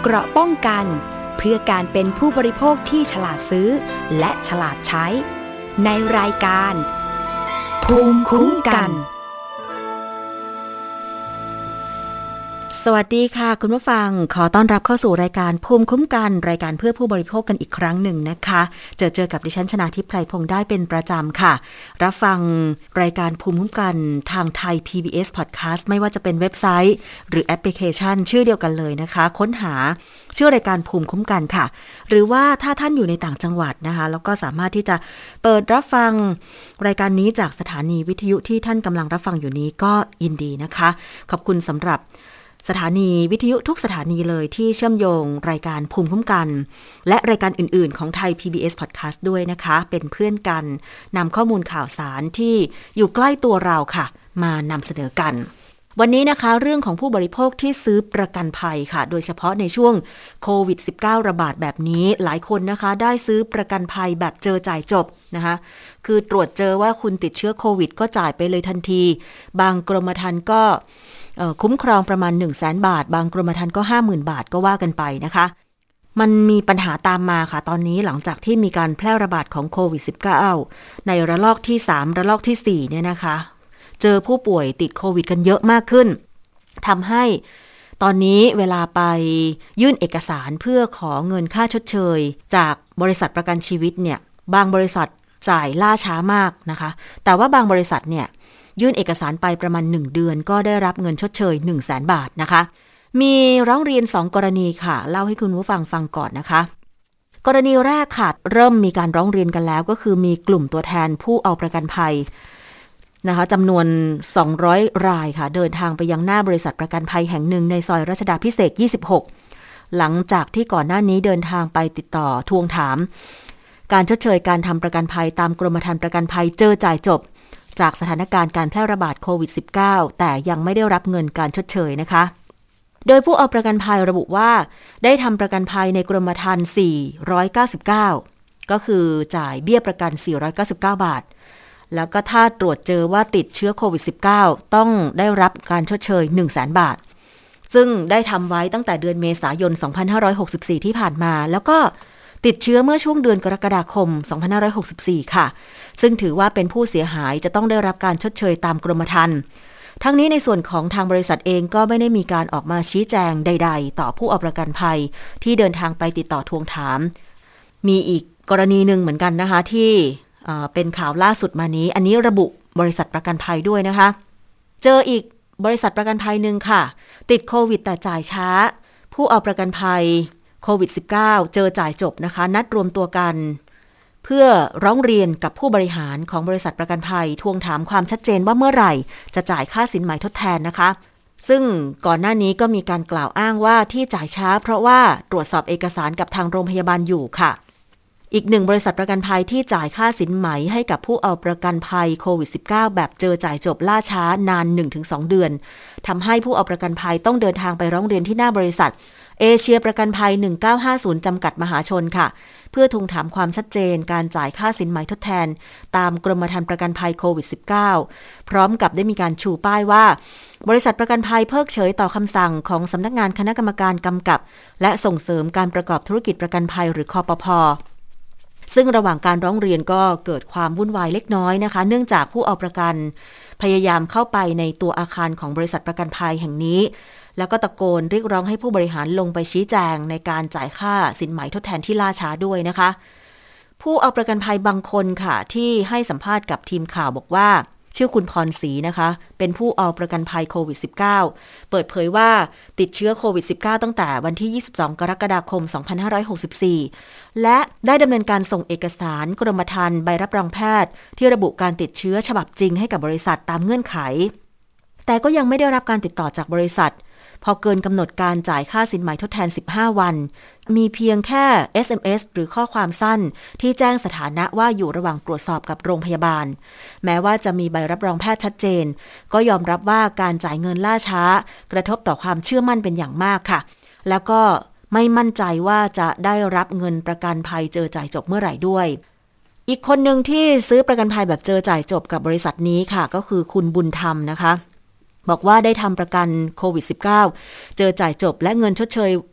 เกราะป้องกันเพื่อการเป็นผู้บริโภคที่ฉลาดซื้อและฉลาดใช้ในรายการภูมิคุ้มกันสวัสดีค่ะคุณผู้ฟังขอต้อนรับเข้าสู่รายการภูมิคุ้มกันรายการเพื่อผู้บริโภคกันอีกครั้งหนึ่งนะคะเจอกับดิฉันชนาทิพย์ไพรพงษ์ได้เป็นประจำค่ะรับฟังรายการภูมิคุ้มกันทางไทย PBS Podcast ไม่ว่าจะเป็นเว็บไซต์หรือแอปพลิเคชันชื่อเดียวกันเลยนะคะค้นหาชื่อรายการภูมิคุ้มกันค่ะหรือว่าถ้าท่านอยู่ในต่างจังหวัดนะคะแล้วก็สามารถที่จะเปิดรับฟังรายการนี้จากสถานีวิทยุที่ท่านกำลังรับฟังอยู่นี้ก็ยินดีนะคะขอบคุณสำหรับสถานีวิทยุทุกสถานีเลยที่เชื่อมโยงรายการภูมิคุ้มกันและรายการอื่นๆของไทย PBS Podcast ด้วยนะคะเป็นเพื่อนกันนำข้อมูลข่าวสารที่อยู่ใกล้ตัวเราค่ะมานำเสนอกันวันนี้นะคะเรื่องของผู้บริโภคที่ซื้อประกันภัยค่ะโดยเฉพาะในช่วงโควิด -19 ระบาดแบบนี้หลายคนนะคะได้ซื้อประกันภัยแบบเจอจ่ายจบนะคะคือตรวจเจอว่าคุณติดเชื้อโควิดก็จ่ายไปเลยทันทีบางกรมธรรม์ก็คุ้มครองประมาณ 100,000 บาทบางกรมธรรม์ก็ 50,000 บาทก็ว่ากันไปนะคะมันมีปัญหาตามมาค่ะตอนนี้หลังจากที่มีการแพร่ระบาดของโควิด -19 ในระลอกที่3ระลอกที่4เนี่ยนะคะเจอผู้ป่วยติดโควิดกันเยอะมากขึ้นทำให้ตอนนี้เวลาไปยื่นเอกสารเพื่อขอเงินค่าชดเชยจากบริษัทประกันชีวิตเนี่ยบางบริษัทจ่ายล่าช้ามากนะคะแต่ว่าบางบริษัทเนี่ยยื่นเอกสารไปประมาณ1เดือนก็ได้รับเงินชดเชย 100,000 บาทนะคะมีร้องเรียน2กรณีค่ะเล่าให้คุณผู้ฟังฟังก่อนนะคะกรณีแรกค่ะเริ่มมีการร้องเรียนกันแล้วก็คือมีกลุ่มตัวแทนผู้เอาประกันภัยนะคะจำนวน200รายค่ะเดินทางไปยังหน้าบริษัทประกันภัยแห่งหนึ่งในซอยรัชดาพิเศษ26หลังจากที่ก่อนหน้านี้เดินทางไปติดต่อทวงถามการชดเชยการทำประกันภัยตามกรมธรรม์ประกันภัยเจอจ่ายจบจากสถานการณ์การแพร่ระบาดโควิด -19 แต่ยังไม่ได้รับเงินการชดเชยนะคะโดยผู้เอาประกันภัยระบุว่าได้ทำประกันภัยในกรมธรรม์499ก็คือจ่ายเบี้ยประกัน499 บาทแล้วก็ถ้าตรวจเจอว่าติดเชื้อโควิด -19 ต้องได้รับการชดเชย 100,000 บาทซึ่งได้ทำไว้ตั้งแต่เดือนเมษายน 2564 ที่ผ่านมาแล้วก็ติดเชื้อเมื่อช่วงเดือนกรกฎาคม 2564 ค่ะซึ่งถือว่าเป็นผู้เสียหายจะต้องได้รับการชดเชยตามกรมธรรม์ทั้งนี้ในส่วนของทางบริษัทเองก็ไม่ได้มีการออกมาชี้แจงใดๆต่อผู้เอาประกันภัยที่เดินทางไปติดต่อทวงถามมีอีกกรณีหนึ่งเหมือนกันนะคะที่เป็นข่าวล่าสุดมานี้อันนี้ระบุบริษัทประกันภัยด้วยนะคะเจออีกบริษัทประกันภัยหนึ่งค่ะติดโควิดแต่จ่ายช้าผู้เอาประกันภัยโควิด -19 เจอจ่ายจบนะคะนัดรวมตัวกันเพื่อร้องเรียนกับผู้บริหารของบริษัทประกันภัยทวงถามความชัดเจนว่าเมื่อไหร่จะจ่ายค่าสินไหมทดแทนนะคะซึ่งก่อนหน้านี้ก็มีการกล่าวอ้างว่าที่จ่ายช้าเพราะว่าตรวจสอบเอกสารกับทางโรงพยาบาลอยู่ค่ะอีกหนึ่งบริษัทประกันภัยที่จ่ายค่าสินไหมให้กับผู้เอาประกันภัยโควิด -19 แบบเจอจ่ายจบล่าช้านาน 1-2 เดือนทำให้ผู้เอาประกันภัยต้องเดินทางไปร้องเรียนที่หน้าบริษัทเอเชียประกันภัย1950จำกัดมหาชนค่ะเพื่อทวงถามความชัดเจนการจ่ายค่าสินไหมทดแทนตามกรมธรรม์ประกันภัยโควิด -19 พร้อมกับได้มีการชูป้ายว่าบริษัทประกันภัยเพิกเฉยต่อคำสั่งของสำนักงานคณะกรรมการกำกับและส่งเสริมการประกอบธุรกิจประกันภัยหรือคปภ.ซึ่งระหว่างการร้องเรียนก็เกิดความวุ่นวายเล็กน้อยนะคะเนื่องจากผู้เอาประกันพยายามเข้าไปในตัวอาคารของบริษัทประกันภัยแห่งนี้แล้วก็ตะโกนเรียกร้องให้ผู้บริหารลงไปชี้แจงในการจ่ายค่าสินไหมทดแทนที่ล่าช้าด้วยนะคะผู้เอาประกันภัยบางคนค่ะที่ให้สัมภาษณ์กับทีมข่าวบอกว่าชื่อคุณพรศรีนะคะเป็นผู้เอาประกันภัยโควิด -19 เปิดเผยว่าติดเชื้อโควิด -19 ตั้งแต่วันที่22กรกฎาคม2564และได้ดำเนินการส่งเอกสารกรมธรรม์ใบรับรองแพทย์ที่ระบุการติดเชื้อฉบับจริงให้กับบริษัทตามเงื่อนไขแต่ก็ยังไม่ได้รับการติดต่อจากบริษัทพอเกินกำหนดการจ่ายค่าสินไหมทดแทน15วันมีเพียงแค่ SMS หรือข้อความสั้นที่แจ้งสถานะว่าอยู่ระหว่างตรวจสอบกับโรงพยาบาลแม้ว่าจะมีใบรับรองแพทย์ชัดเจนก็ยอมรับว่าการจ่ายเงินล่าช้ากระทบต่อความเชื่อมั่นเป็นอย่างมากค่ะแล้วก็ไม่มั่นใจว่าจะได้รับเงินประกันภัยเจอจ่ายจบเมื่อไหร่ด้วยอีกคนหนึ่งที่ซื้อประกันภัยแบบเจอจ่ายจบกับบริษัทนี้ค่ะก็คือคุณบุญธรรมนะคะ บอกว่าได้ทำประกันโควิด -19 เจอจ่ายจบและเงินชดเชย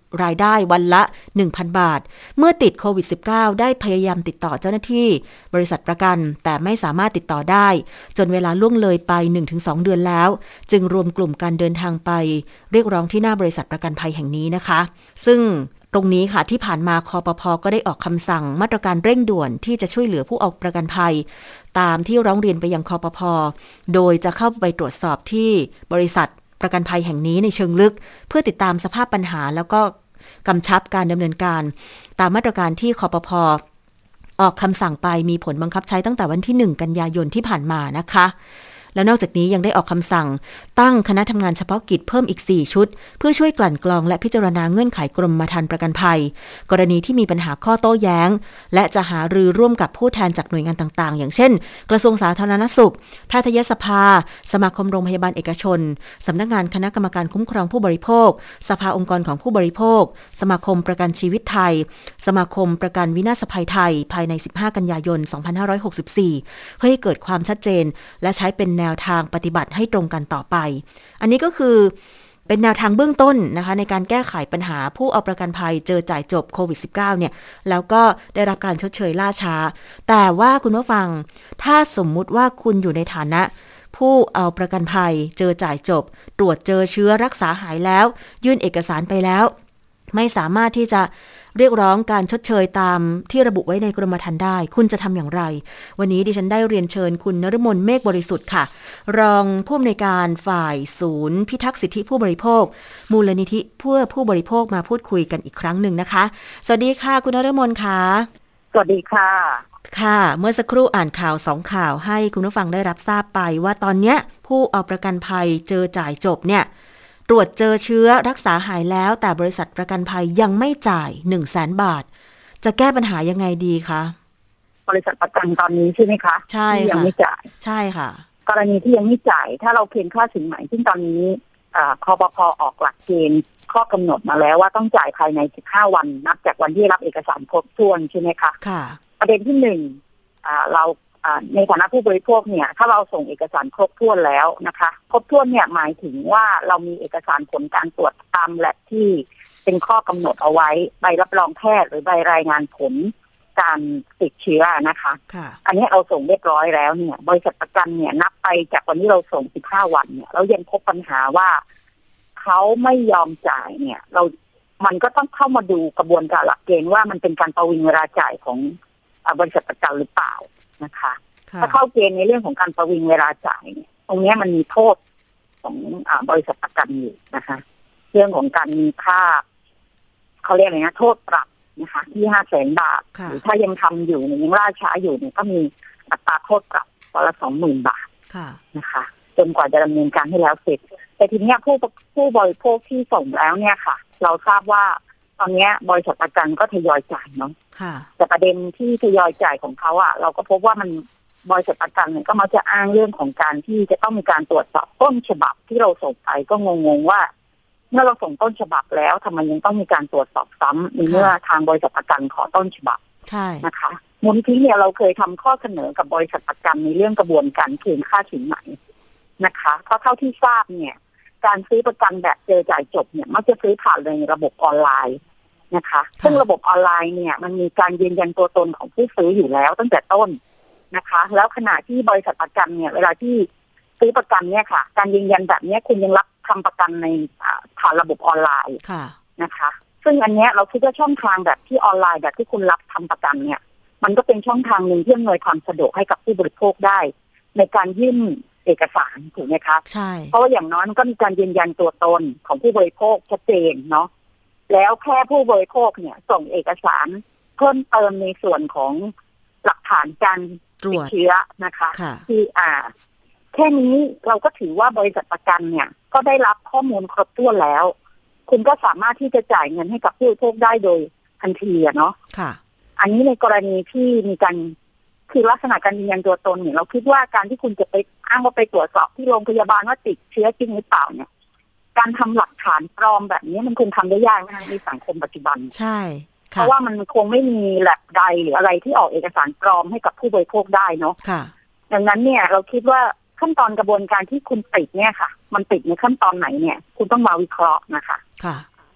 รายได้วันละ 1,000 บาทเมื่อติดโควิด -19 ได้พยายามติดต่อเจ้าหน้าที่บริษัทประกันแต่ไม่สามารถติดต่อได้จนเวลาล่วงเลยไป 1-2 เดือนแล้วจึงรวมกลุ่มการเดินทางไปเรียกร้องที่หน้าบริษัทประกันภัยแห่งนี้นะคะซึ่งตรงนี้ค่ะที่ผ่านมาคปภ.ก็ได้ออกคำสั่งมาตรการเร่งด่วนที่จะช่วยเหลือผู้เอาประกันภัยตามที่ร้องเรียนไปยังคปภ.โดยจะเข้าไปตรวจสอบที่บริษัทประกันภัยแห่งนี้ในเชิงลึกเพื่อติดตามสภาพปัญหาแล้วก็กำชับการดำเนินการตามมาตรการที่คปภ.ออกคำสั่งไปมีผลบังคับใช้ตั้งแต่วันที่1 กันยายนที่ผ่านมานะคะแล้วนอกจากนี้ยังได้ออกคำสั่งตั้งคณะทำงานเฉพาะกิจเพิ่มอีก4ชุดเพื่อช่วยกลั่นกรองและพิจารณาเงื่อนไขกรมธรรม์ประกันภัยกรณีที่มีปัญหาข้อโต้แย้งและจะหารือร่วมกับผู้แทนจากหน่วยงานต่างๆอย่างเช่นกระทรวงสาธารณสุขแพทยสภาสมาคมโรงพยาบาลเอกชนสำนักงานคณะกรรมการคุ้มครองผู้บริโภคสภาองค์กรของผู้บริโภคสมาคมประกันชีวิตไทยสมาคมประกันวินาศภัยไทยภายใน15 กันยายน 2564เพื่อให้เกิดความชัดเจนและใช้เป็นแนวทางปฏิบัติให้ตรงกันต่อไปอันนี้ก็คือเป็นแนวทางเบื้องต้นนะคะในการแก้ไขปัญหาผู้เอาประกันภัยเจอจ่ายจบโควิด -19 เนี่ยแล้วก็ได้รับการชดเชยล่าช้าแต่ว่าคุณผู้ฟังถ้าสมมุติว่าคุณอยู่ในฐานะผู้เอาประกันภัยเจอจ่ายจบตรวจเจอเชื้อรักษาหายแล้วยื่นเอกสารไปแล้วไม่สามารถที่จะเรียกร้องการชดเชยตามที่ระบุไว้ในกรมธรรม์ได้คุณจะทำอย่างไรวันนี้ดิฉันได้เรียนเชิญคุณนฤมลเมฆบริสุทธิ์ค่ะรองผู้อำนวยการฝ่ายศูนย์พิทักษ์สิทธิผู้บริโภคมูลนิธิเพื่อผู้บริโภคมาพูดคุยกันอีกครั้งหนึ่งนะคะสวัสดีค่ะคุณนฤมลค่ะสวัสดีค่ะค่ะเมื่อสักครู่อ่านข่าว2ข่าวให้คุณผู้ฟังได้รับทราบไปว่าตอนเนี้ยผู้เอาประกันภัยเจอจ่ายจบเนี่ยตรวจเจอเชื้อรักษาหายแล้วแต่บริษัทประกันภัยยังไม่จ่าย 100,000 บาทจะแก้ปัญหายังไงดีคะบริษัทประกันตอนนี้ใช่ไหมคะใช่ที่ยังไม่จ่ายใช่ค่ะกรณีที่ยังไม่จ่ายถ้าเราเคลมค่าสินไหมซึ่งตอนนี้คปภ.ออกหลักเกณฑ์ข้อกำหนดมาแล้วว่าต้องจ่ายภายใน15 วันนับจากวันที่รับเอกสารครบถ้วนใช่ไหมคะค่ะประเด็นที่เราในฐานะผู้บริโภคเนี่ยถ้าเราส่งเอกสารครบถ้วนแล้วนะคะครบถ้วนเนี่ยหมายถึงว่าเรามีเอกสารผลการตรวจตามแลบที่เป็นข้อกำหนดเอาไว้ใบรับรองแพทย์หรือใบรายงานผลการติดเชื้อนะคะอันนี้เราส่งเรียบร้อยแล้วเนี่ยบริษัทประกันเนี่ยนับไปจากวันที่เราส่ง15 วันเนี่ยเรายังพบปัญหาว่าเขาไม่ยอมจ่ายเนี่ยมันก็ต้องเข้ามาดูกระบวนการหลักเกณฑ์ว่ามันเป็นการประวิงเวลาจ่ายของบริษัทประกันหรือเปล่านะคะถ้าเข้าเกณฑ์ในเรื่องของการประวิงเวลาจ่ายเนี่ยตรงนี้มันมีโทษของบริษัทประกันอยู่นะคะเรื่องของการมีค่าเขาเรียกอะไรนะโทษปรับนะคะที่500,000 บาทหรือถ้ายังทำอยู่ยังล่าช้าอยู่เนี่ยก็มีอัตราโทษปรับวันละ 20,000 บาทนะคะจนกว่าจะดำเนินการให้แล้วเสร็จแต่ทีนี้ผู้บริโภคที่ส่งแล้วเนี่ยค่ะเราทราบว่าตอนนี้บริษัทประกันก็ทยอยจ่ายเนาะแต่ประเด็นที่ทยอยจ่ายของเขาเราก็พบว่ามันบริษัทประกันเนี่ยก็มักจะอ้างเรื่องของการที่จะต้องมีการตรวจสอบต้นฉบับที่เราส่งไปก็งงว่าเมื่อเราส่งต้นฉบับแล้วทำไมยังต้องมีการตรวจสอบซ้ำในเมื่อทางบริษัทประกันขอต้นฉบับนะคะมูลนิธิเนี่ยเราเคยทำข้อเสนอกับบริษัทประกันในเรื่องกระบวนการคืนค่าสินไหมนะคะเพราะเท่าที่ทราบเนี่ยการซื้อประกันแบบเจอจ่ายจบเนี่ยมักจะซื้อผ่านในระบบออนไลน์นะคะซึ่งระบบออนไลน์เนี่ยมันมีการยืนยันตัวตนของผู้ซื้ออยู่แล้วตั้งแต่ต้นนะคะแล้วขณะที่บริษัทประกันเนี่ยเวลาที่ซื้อประกันเนี่ยค่ะการยืนยันแบบนี้คุณยังรับทำประกันในผ่านระบบออนไลน์นะคะซึ่งอันนี้เราคิดว่าช่องทางแบบที่ออนไลน์แบบที่คุณรับทำประกันเนี่ยมันก็เป็นช่องทางหนึ่งที่อำนวยความสะดวกให้กับผู้บริโภคได้ในการยื่นเอกสารถูกไหมคะใช่เพราะว่าอย่างน้อยมันก็มีการยืนยันตัวตนของผู้บริโภคชัดเจนเนาะแล้วแค่ผู้บริโภคเนี่ยส่งเอกสารเพิ่มเติมในส่วนของหลักฐานการติดเชื้อนะคะที่แค่นี้เราก็ถือว่าบริษัทประกันเนี่ยก็ได้รับข้อมูลครบถ้วนแล้วคุณก็สามารถที่จะจ่ายเงินให้กับผู้บริโภคได้โดยทันทีเนาะอันนี้ในกรณีที่มีการคือลักษณะการยืนยันตัวตนเนี่ยเราคิดว่าการที่คุณจะไปอ้างว่าไปตรวจสอบที่โรงพยาบาลว่าติดเชื้อจริงหรือเปล่าเนี่ยการทำหลักฐานปลอมแบบนี้มันคงทำได้ยากในสังคมปัจจุบันใช่เพราะว่ามันคงไม่มีแลบใดหรืออะไรที่ออกเอกสารปลอมให้กับผู้บริโภคได้เนาะดังนั้นเนี่ยเราคิดว่าขั้นตอนกระบวนการที่คุณติดเนี่ยค่ะมันติดในขั้นตอนไหนเนี่ยคุณต้องมาวิเคราะห์นะคะ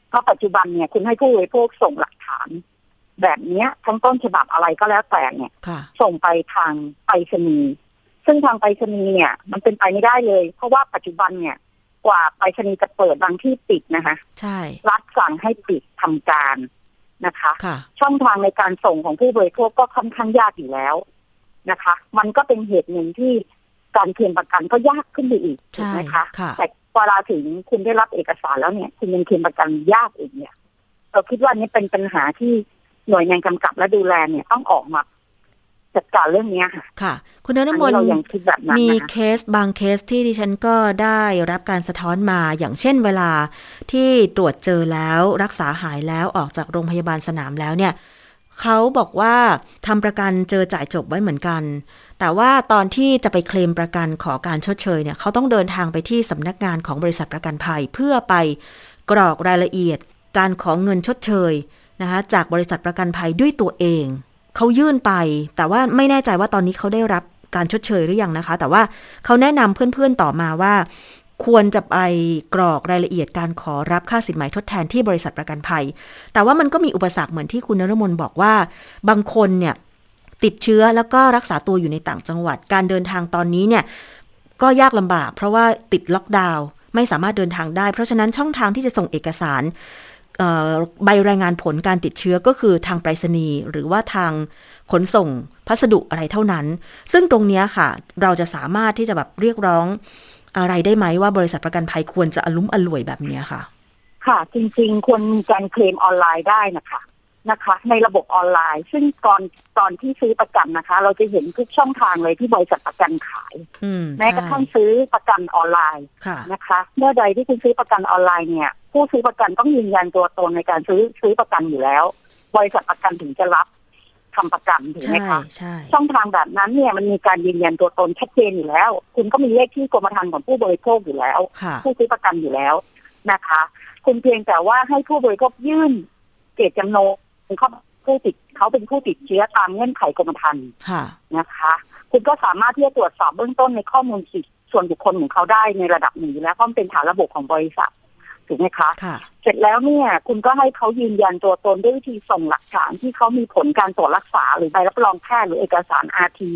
เพราะปัจจุบันเนี่ยคุณให้ผู้บริโภคส่งหลักฐานแบบนี้ทั้งต้นฉบับอะไรก็แล้วแต่เนี่ยส่งไปทางไปรษณีย์ซึ่งทางไปรษณีย์เนี่ยมันเป็นไปไม่ได้เลยเพราะว่าปัจจุบันเนี่ยกว่าไปรษณีย์จะเปิดบางที่ปิดนะคะใช่รัฐสั่งให้ปิดทำการนะคะช่องทางในการส่งของผู้บริโภคก็ค่อนข้างยากอยู่แล้วนะคะมันก็เป็นเหตุหนึ่งที่การเคลมประกันก็ยากขึ้นไปอีกถูกไหมคะแต่เวลาถึงคุณได้รับเอกสารแล้วเนี่ยคุณยังเคลมประกันยากอีกเนี่ยเราคิดว่านี้เป็นปัญหาที่หน่วยงานกำกับและดูแลเนี่ยต้องออกมาจัดการเรื่องนี้ค่ะค่ะคุณนฤมลมีเคสบางเคสที่ดิฉันก็ได้รับการสะท้อนมาอย่างเช่นเวลาที่ตรวจเจอแล้วรักษาหายแล้วออกจากโรงพยาบาลสนามแล้วเนี่ยเขาบอกว่าทำประกันเจอจ่ายจบไว้เหมือนกันแต่ว่าตอนที่จะไปเคลมประกันขอการชดเชยเนี่ยเขาต้องเดินทางไปที่สำนักงานของบริษัทประกันภัยเพื่อไปกรอกรายละเอียดการขอเงินชดเชยนะคะจากบริษัทประกันภัยด้วยตัวเองเขายื่นไปแต่ว่าไม่แน่ใจว่าตอนนี้เขาได้รับการชดเชยหรือยังนะคะแต่ว่าเขาแนะนำเพื่อนๆต่อมาว่าควรจะไปกรอกรายละเอียดการขอรับค่าสินไหมทดแทนที่บริษัทประกันภัยแต่ว่ามันก็มีอุปสรรคเหมือนที่คุณนฤมลบอกว่าบางคนเนี่ยติดเชื้อแล้วก็รักษาตัวอยู่ในต่างจังหวัดการเดินทางตอนนี้เนี่ยก็ยากลำบากเพราะว่าติดล็อกดาวน์ไม่สามารถเดินทางได้เพราะฉะนั้นช่องทางที่จะส่งเอกสารใบรายงานผลการติดเชื้อก็คือทางไปรษณีย์หรือว่าทางขนส่งพัสดุอะไรเท่านั้นซึ่งตรงนี้ค่ะเราจะสามารถที่จะแบบเรียกร้องอะไรได้ไหมว่าบริษัทประกันภัยควรจะอลุ้มอล่วยแบบนี้ค่ะค่ะจริงๆควรมีการเคลมออนไลน์ได้นะคะในระบบออนไลน์ซึ่งตอนที่ซื้อประกันนะคะเราจะเห็นทุกช่องทางเลยที่บริษัทประกันขายแม้กระทั่งซื้อประกันออนไลน์นะคะเมื่อใดที่คุณซื้อประกันออนไลน์เนี่ยผู้ซื้อประกันต้องยืนยันตัวตนในการซื้อประกันอยู่แล้วบริษัทประกันถึงจะรับทำประกันถูกไหมคะช่องทางแบบนั้นเนี่ยมันมีการยืนยันตัวตนชัดเจนอยู่แล้วคุณก็มีเลขที่กรมธรรม์ของผู้บริโภคอยู่แล้วผู้ซื้อประกันอยู่แล้วนะคะคุณเพียงแต่ว่าให้ผู้บริโภคยื่นเจตจำนงเขาเป็นผู้ติดเชื้อตามเงื่อนไขกรมธรรม์นะคะคุณก็สามารถที่จะตรวจสอบเบื้องต้นในข้อมูลส่วนบุคคลของเขาได้ในระดับหนึ่งแล้วเพราะมันเป็นฐานระบบของบริษัทถูกไหมคะเสร็จแล้วเนี่ยคุณก็ให้เขายืนยันตัวตนด้วยวิธีส่งหลักฐานที่เขามีผลการตรวจรักษาหรือใบรับรองแพทย์หรือเอกสาร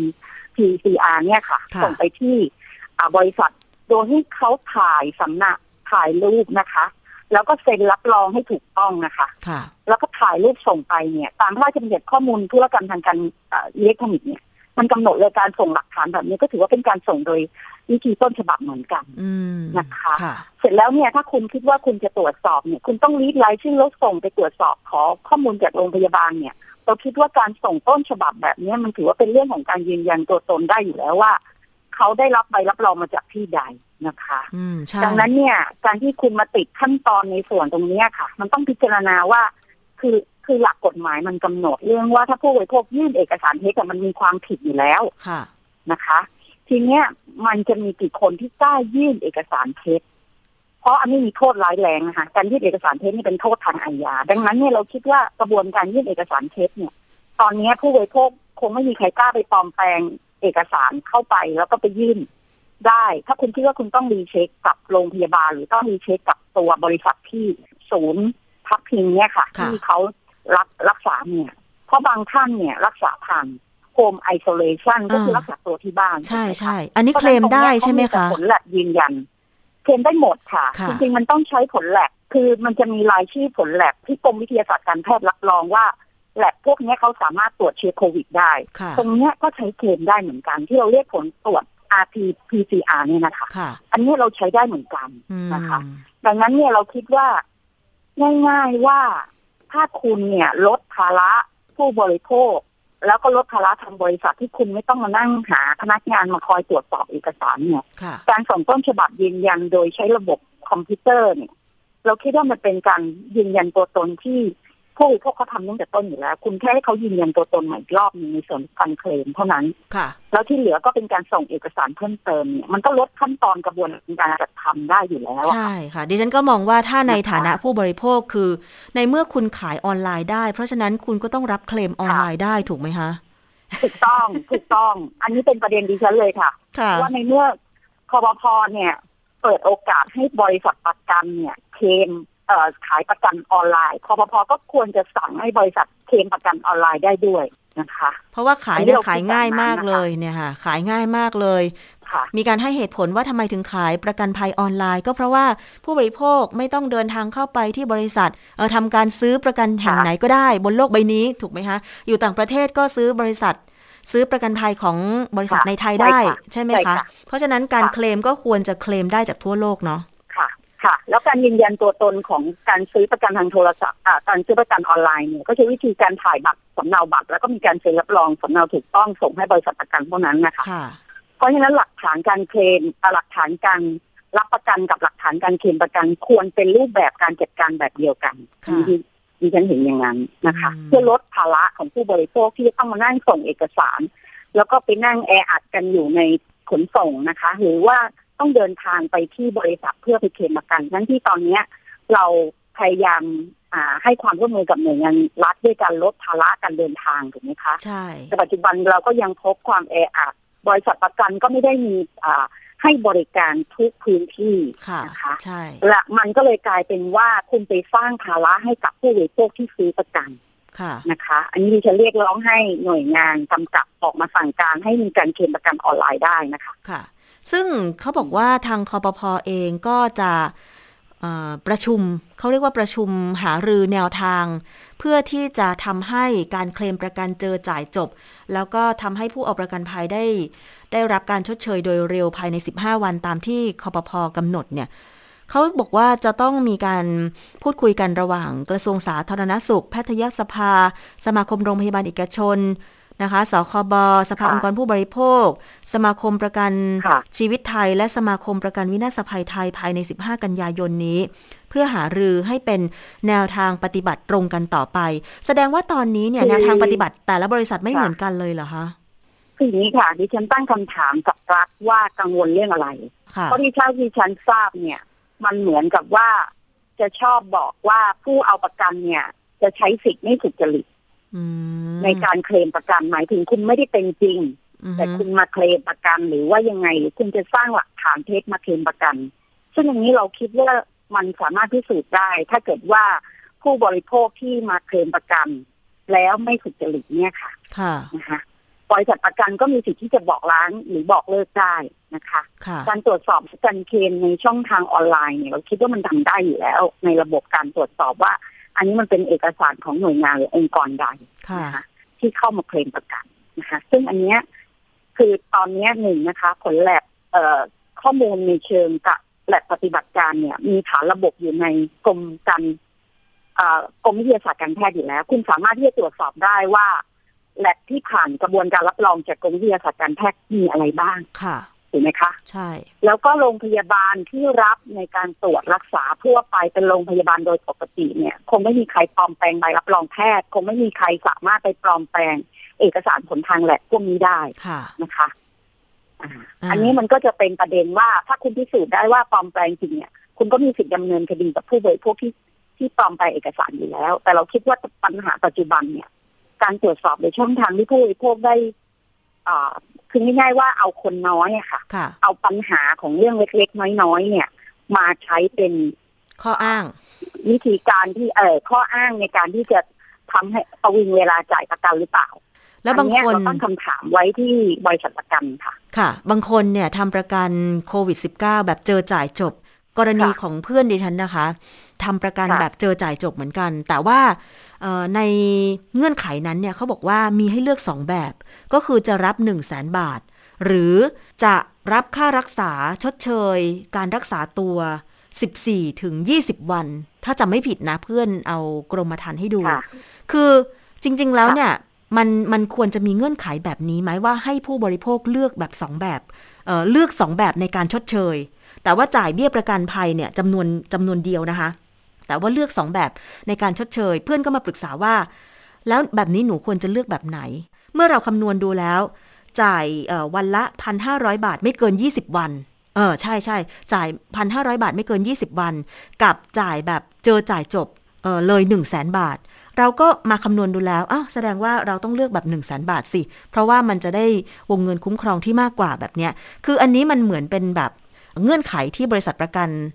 RT-PCR เนี่ยค่ะส่งไปที่บริษัทโดยให้เขาถ่ายรูปนะคะแล้วก็เซ็นรับรองให้ถูกต้องนะคะแล้วก็ถ่ายรูปส่งไปเนี่ยตามพระราชบัญญัติข้อมูลธุรกรรมทางการอิเล็กทรอนิกส์เนี่ยมันกำหนดเลยการส่งหลักฐานแบบนี้ก็ถือว่าเป็นการส่งโดยวิธีต้นฉบับเหมือนกันนะคะเสร็จแล้วเนี่ยถ้าคุณคิดว่าคุณจะตรวจสอบเนี่ยคุณต้องรีดรายชื่อแล้วส่งไปตรวจสอบขอข้อมูลจากโรงพยาบาลเนี่ยเราคิดว่าการส่งต้นฉบับแบบนี้มันถือว่าเป็นเรื่องของการยืนยันตัวตนได้อยู่แล้วว่าเขาได้รับใบรับรองมาจากที่ใดนะคะดังนั้นเนี่ยการที่คุณมาติดขั้นตอนในส่วนตรงนี้ค่ะมันต้องพิจารณาว่าคือหลักกฎหมายมันกำหนดเรื่องว่าถ้าผู้บริโภคยื่นเอกสารเท็จมันมีความผิดอยู่แล้วนะคะทีเนี้ยมันจะมีกี่คนที่กล้ายื่นเอกสารเท็จเพราะอันนี้มีโทษร้ายแรงนะคะการยื่นเอกสารเท็จนี่เป็นโทษทางอาญาดังนั้นเนี่ยเราคิดว่ากระบวนการยื่นเอกสารเท็จเนี่ยตอนนี้ผู้บริโภคคงไม่มีใครกล้าไปปลอมแปลงเอกสารเข้าไปแล้วก็ไปยื่นได้ถ้าคุณคิดว่าคุณต้องรีเช็คกับโรงพยาบาลหรือต้องรีเช็คกับตัวบริษัทที่ศูนย์พักพิงเนี่ยค่ะที่เขารักษาเนี่ยเพราะบางท่านเนี่ยรักษาทางโฮมไอโซเลชันก็คือรักษาตัวที่บ้านใช่ใช่อันนี้เคลมได้ใช่ไหมคะผลแลบยืนยันเคลมได้หมดค่ะจริงๆมันต้องใช้ผลแลบคือมันจะมีรายชื่อผลแลบที่กรมวิทยาศาสตร์การแพทย์รับรองว่าแลบพวกนี้เขาสามารถตรวจเชื้อโควิดได้ตรงนี้ก็ใช้เคลมได้เหมือนกันที่เราเรียกผลตรวจRT-PCR เนี่ยนะคะอันนี้เราใช้ได้เหมือนกันนะคะดังนั้นเนี่ยเราคิดว่าง่ายๆว่าถ้าคุณเนี่ยลดภาระผู้บริโภคแล้วก็ลดภาระทางบริษัทที่คุณไม่ต้องมานั่งหาพนักงานมาคอยตรวจสอบเอกสารเนี่ยการส่งต้นฉบับยืนยันโดยใช้ระบบคอมพิวเตอร์เนี่ยเราคิดว่ามันเป็นการยืนยันตัวตนที่ผู้บริโภคเขาทำตั้งแต่ต้นอยู่แล้วคุณแค่ให้เขายืนยันตัวตนใหม่อีกรอบนึงในส่วนการเคลมเท่านั้นแล้วที่เหลือก็เป็นการส่งเอกสารเพิ่มเติมเนี่ยมันก็ลดขั้นตอนกระบวนการจัดทำได้อยู่แล้วใช่ค่ะดิฉันก็มองว่าถ้าในฐานะผู้บริโภคคือในเมื่อคุณขายออนไลน์ได้เพราะฉะนั้นคุณก็ต้องรับเคลมออนไลน์ได้ถูกไหมคะถูกต้องอันนี้เป็นประเด็นดิฉันเลยค่ะว่าในเมื่อคปภ.เนี่ยเปิดโอกาสให้บริษัทประกันเนี่ยเคลมขายประกันออนไลน์คปภ.ก็ควรจะสั่งให้บริษัทเคลมประกันออนไลน์ได้ด้วยนะคะเพราะว่าขายง่ายมากเลยเนี่ยค่ะขายง่ายมากเลยมีการให้เหตุผลว่าทำไมถึงขายประกันภัยออนไลน์ก็เพราะว่าผู้บริโภคไม่ต้องเดินทางเข้าไปที่บริษัททำการซื้อประกันแห่งไหนก็ได้บนโลกใบนี้ถูกไหมคะอยู่ต่างประเทศก็ซื้อประกันภัยของบริษัทในไทยได้ใช่ไหมคะเพราะฉะนั้นการเคลมก็ควรจะเคลมได้จากทั่วโลกเนาะค่ะแล้วการยืนยันตัวตนของการซื้อประกันทางโทรศัพท์การซื้อประกันออนไลน์เนี่ยก็ใช้วิธีการถ่ายบัตรสำเนาบัตรแล้วก็มีการเซ็นรับรองสำเนาถูกต้องส่งให้บริษัทประกันเท่านั้นนะคะเพราะฉะนั้นหลักฐานการเคลมหลักฐานการรับประกันกับหลักฐานการเคลมประกันควรเป็นรูปแบบการจัดการแบบเดียวกันดิฉันเห็นอย่างนั้นนะคะเพื่อลดภาระของผู้บริโภคที่จะต้องมานั่งส่งเอกสารแล้วก็ไปนั่งแออัดกันอยู่ในขนส่งนะคะหรือว่าต้องเดินทางไปที่บริษัทเพื่อไปเคลมประกันทั้งที่ตอนนี้เราพยายามให้ความร่วมมือกับหน่วยงานรัฐด้วยการลดภาระการเดินทางถูกไหมคะใช่แต่ปัจจุบันเราก็ยังพบความแออัดบริษัทประกันก็ไม่ได้มีให้บริการทุกพื้นที่นะคะใช่และมันก็เลยกลายเป็นว่าคุณไปสร้างภาระให้กับผู้บริโภคที่ซื้อประกันนะคะอันนี้ดิฉันเรียกร้องให้หน่วยงานกำกับออกมาสั่งการให้มีการเคลมประกันออนไลน์ได้นะคะค่ะซึ่งเขาบอกว่าทางคปภ.เองก็จะประชุมเขาเรียกว่าประชุมหารือแนวทางเพื่อที่จะทำให้การเคลมประกันเจอจ่ายจบแล้วก็ทำให้ผู้เอาประกันภัยได้รับการชดเชยโดยเร็วภายใน15วันตามที่คปภ.กำหนดเนี่ยเขาบอกว่าจะต้องมีการพูดคุยกันระหว่างกระทรวงสาธารณสุขแพทยสภาสมาคมโรงพยาบาลเอกชนนะคะสคบสภาองค์กรผู้บริโภคสมาคมประกันชีวิตไทยและสมาคมประกันวินาศภัยไทยภายใน15กันยายนนี้เพื่อหารือให้เป็นแนวทางปฏิบัติตรงกันต่อไปแสดงว่าตอนนี้เนี่ยแนวทางปฏิบัติแต่ละบริษัทไม่เหมือนกันเลยเหรอคะคืออย่างนี้ค่ะดิฉันตั้งคำถามกับรัฐว่ากังวลเรื่องอะไรเพราะที่เท่าที่ฉันทราบเนี่ยมันเหมือนกับว่าจะชอบบอกว่าผู้เอาประกันเนี่ยจะใช้สิทธิ์ไม่สุจริตในการเคลมประกันหมายถึงคุณไม่ได้เป็นจริงแต่คุณมาเคลมประกันหรือว่ายังไงหรือคุณจะสร้างหลักฐานเท็จมาเคลมประกันซึ่งอย่างนี้เราคิดว่ามันสามารถพิสูจน์ได้ถ้าเกิดว่าผู้บริโภคที่มาเคลมประกันแล้วไม่สุจริตเนี่ยค่ะนะคะบริษัทประกันก็มีสิทธิ์ที่จะบอกล้างหรือบอกเลิกได้นะคะการตรวจสอบการเคลมในช่องทางออนไลน์เนี่ยเราคิดว่ามันทำได้อยู่แล้วในระบบการตรวจสอบว่าอันนี้มันเป็นเอกสารของหน่วยงานหรือองค์กรใดนะคะที่เข้ามาเคลมประกันนะคะซึ่งอันนี้คือตอนนี้หนึ่งนะคะผลแลบข้อมูลในเชิงกับแลบปฏิบัติการเนี่ยมีฐานระบบอยู่ในกรมวิทยาศาสตร์การแพทย์อยู่แล้วคุณสามารถที่จะตรวจสอบได้ว่าแลบที่ผ่านกระบวนการรับรองจากกรมวิทยาศาสตร์การแพทย์มีอะไรบ้างถูกไหมคะใช่แล้วก็โรงพยาบาลที่รับในการตรวจรักษาทั่วไปเป็นโรงพยาบาลโดยปกติเนี่ยคงไม่มีใครปลอมแปลงใบรับรองแพทย์คงไม่มีใครสามารถไปปลอมแปลงเอกสารผลทางแลบพวกนี้ได้นะคะอันนี้มันก็จะเป็นประเด็นว่าถ้าคุณพิสูจน์ได้ว่าปลอมแปลงจริงเนี่ยคุณก็มีสิทธิดำเนินคดีกับผู้บริโภคที่ปลอมแปลงเอกสารอยู่แล้วแต่เราคิดว่าปัญหาปัจจุบันเนี่ยการตรวจสอบในช่องทางที่ผู้บริโภคได้คือง่ายๆว่าเอาคนน้อยอะค่ะเอาปัญหาของเรื่องเล็กๆน้อยๆเนี่ยมาใช้เป็นข้ออ้างวิธีการที่ข้ออ้างในการที่จะทำให้ประวิงเวลาจ่ายประกันหรือเปล่าแล้วบางคนเราตั้งคำถามไว้ที่บริษัทประกันค่ะบางคนเนี่ยทำประกันโควิด -19 แบบเจอจ่ายจบกรณีของเพื่อนดิฉันนะคะทำประกันแบบเจอจ่ายจบเหมือนกันแต่ว่าในเงื่อนไขนั้นเนี่ยเขาบอกว่ามีให้เลือก2แบบก็คือจะรับ 100,000 บาทหรือจะรับค่ารักษาชดเชยการรักษาตัว14ถึง20วันถ้าจำไม่ผิดนะเพื่อนเอากรมธรรม์ให้ดูคือจริงๆแล้วเนี่ยมันควรจะมีเงื่อนไขแบบนี้ไหมว่าให้ผู้บริโภคเลือกแบบ2แบบเลือก2แบบในการชดเชยแต่ว่าจ่ายเบี้ยประกันภัยเนี่ยจำนวนเดียวนะคะแต่ว่าเลือก2แบบในการชดเชยเพื่อนก็มาปรึกษาว่าแล้วแบบนี้หนูควรจะเลือกแบบไหนเมื่อเราคำนวณดูแล้วจ่ายวันละ 1,500 บาทไม่เกิน20วันใช่ๆจ่าย 1,500 บาทไม่เกิน20วันกับจ่ายแบบเจอจ่ายจบเลย 100,000 บาทเราก็มาคำนวณดูแล้วแสดงว่าเราต้องเลือกแบบ 100,000 บาทสิเพราะว่ามันจะได้วงเงินคุ้มครองที่มากกว่าแบบเนี้ยคืออันนี้มันเหมือนเป็นแบบเงื่อนไขที่บริษัทประกัน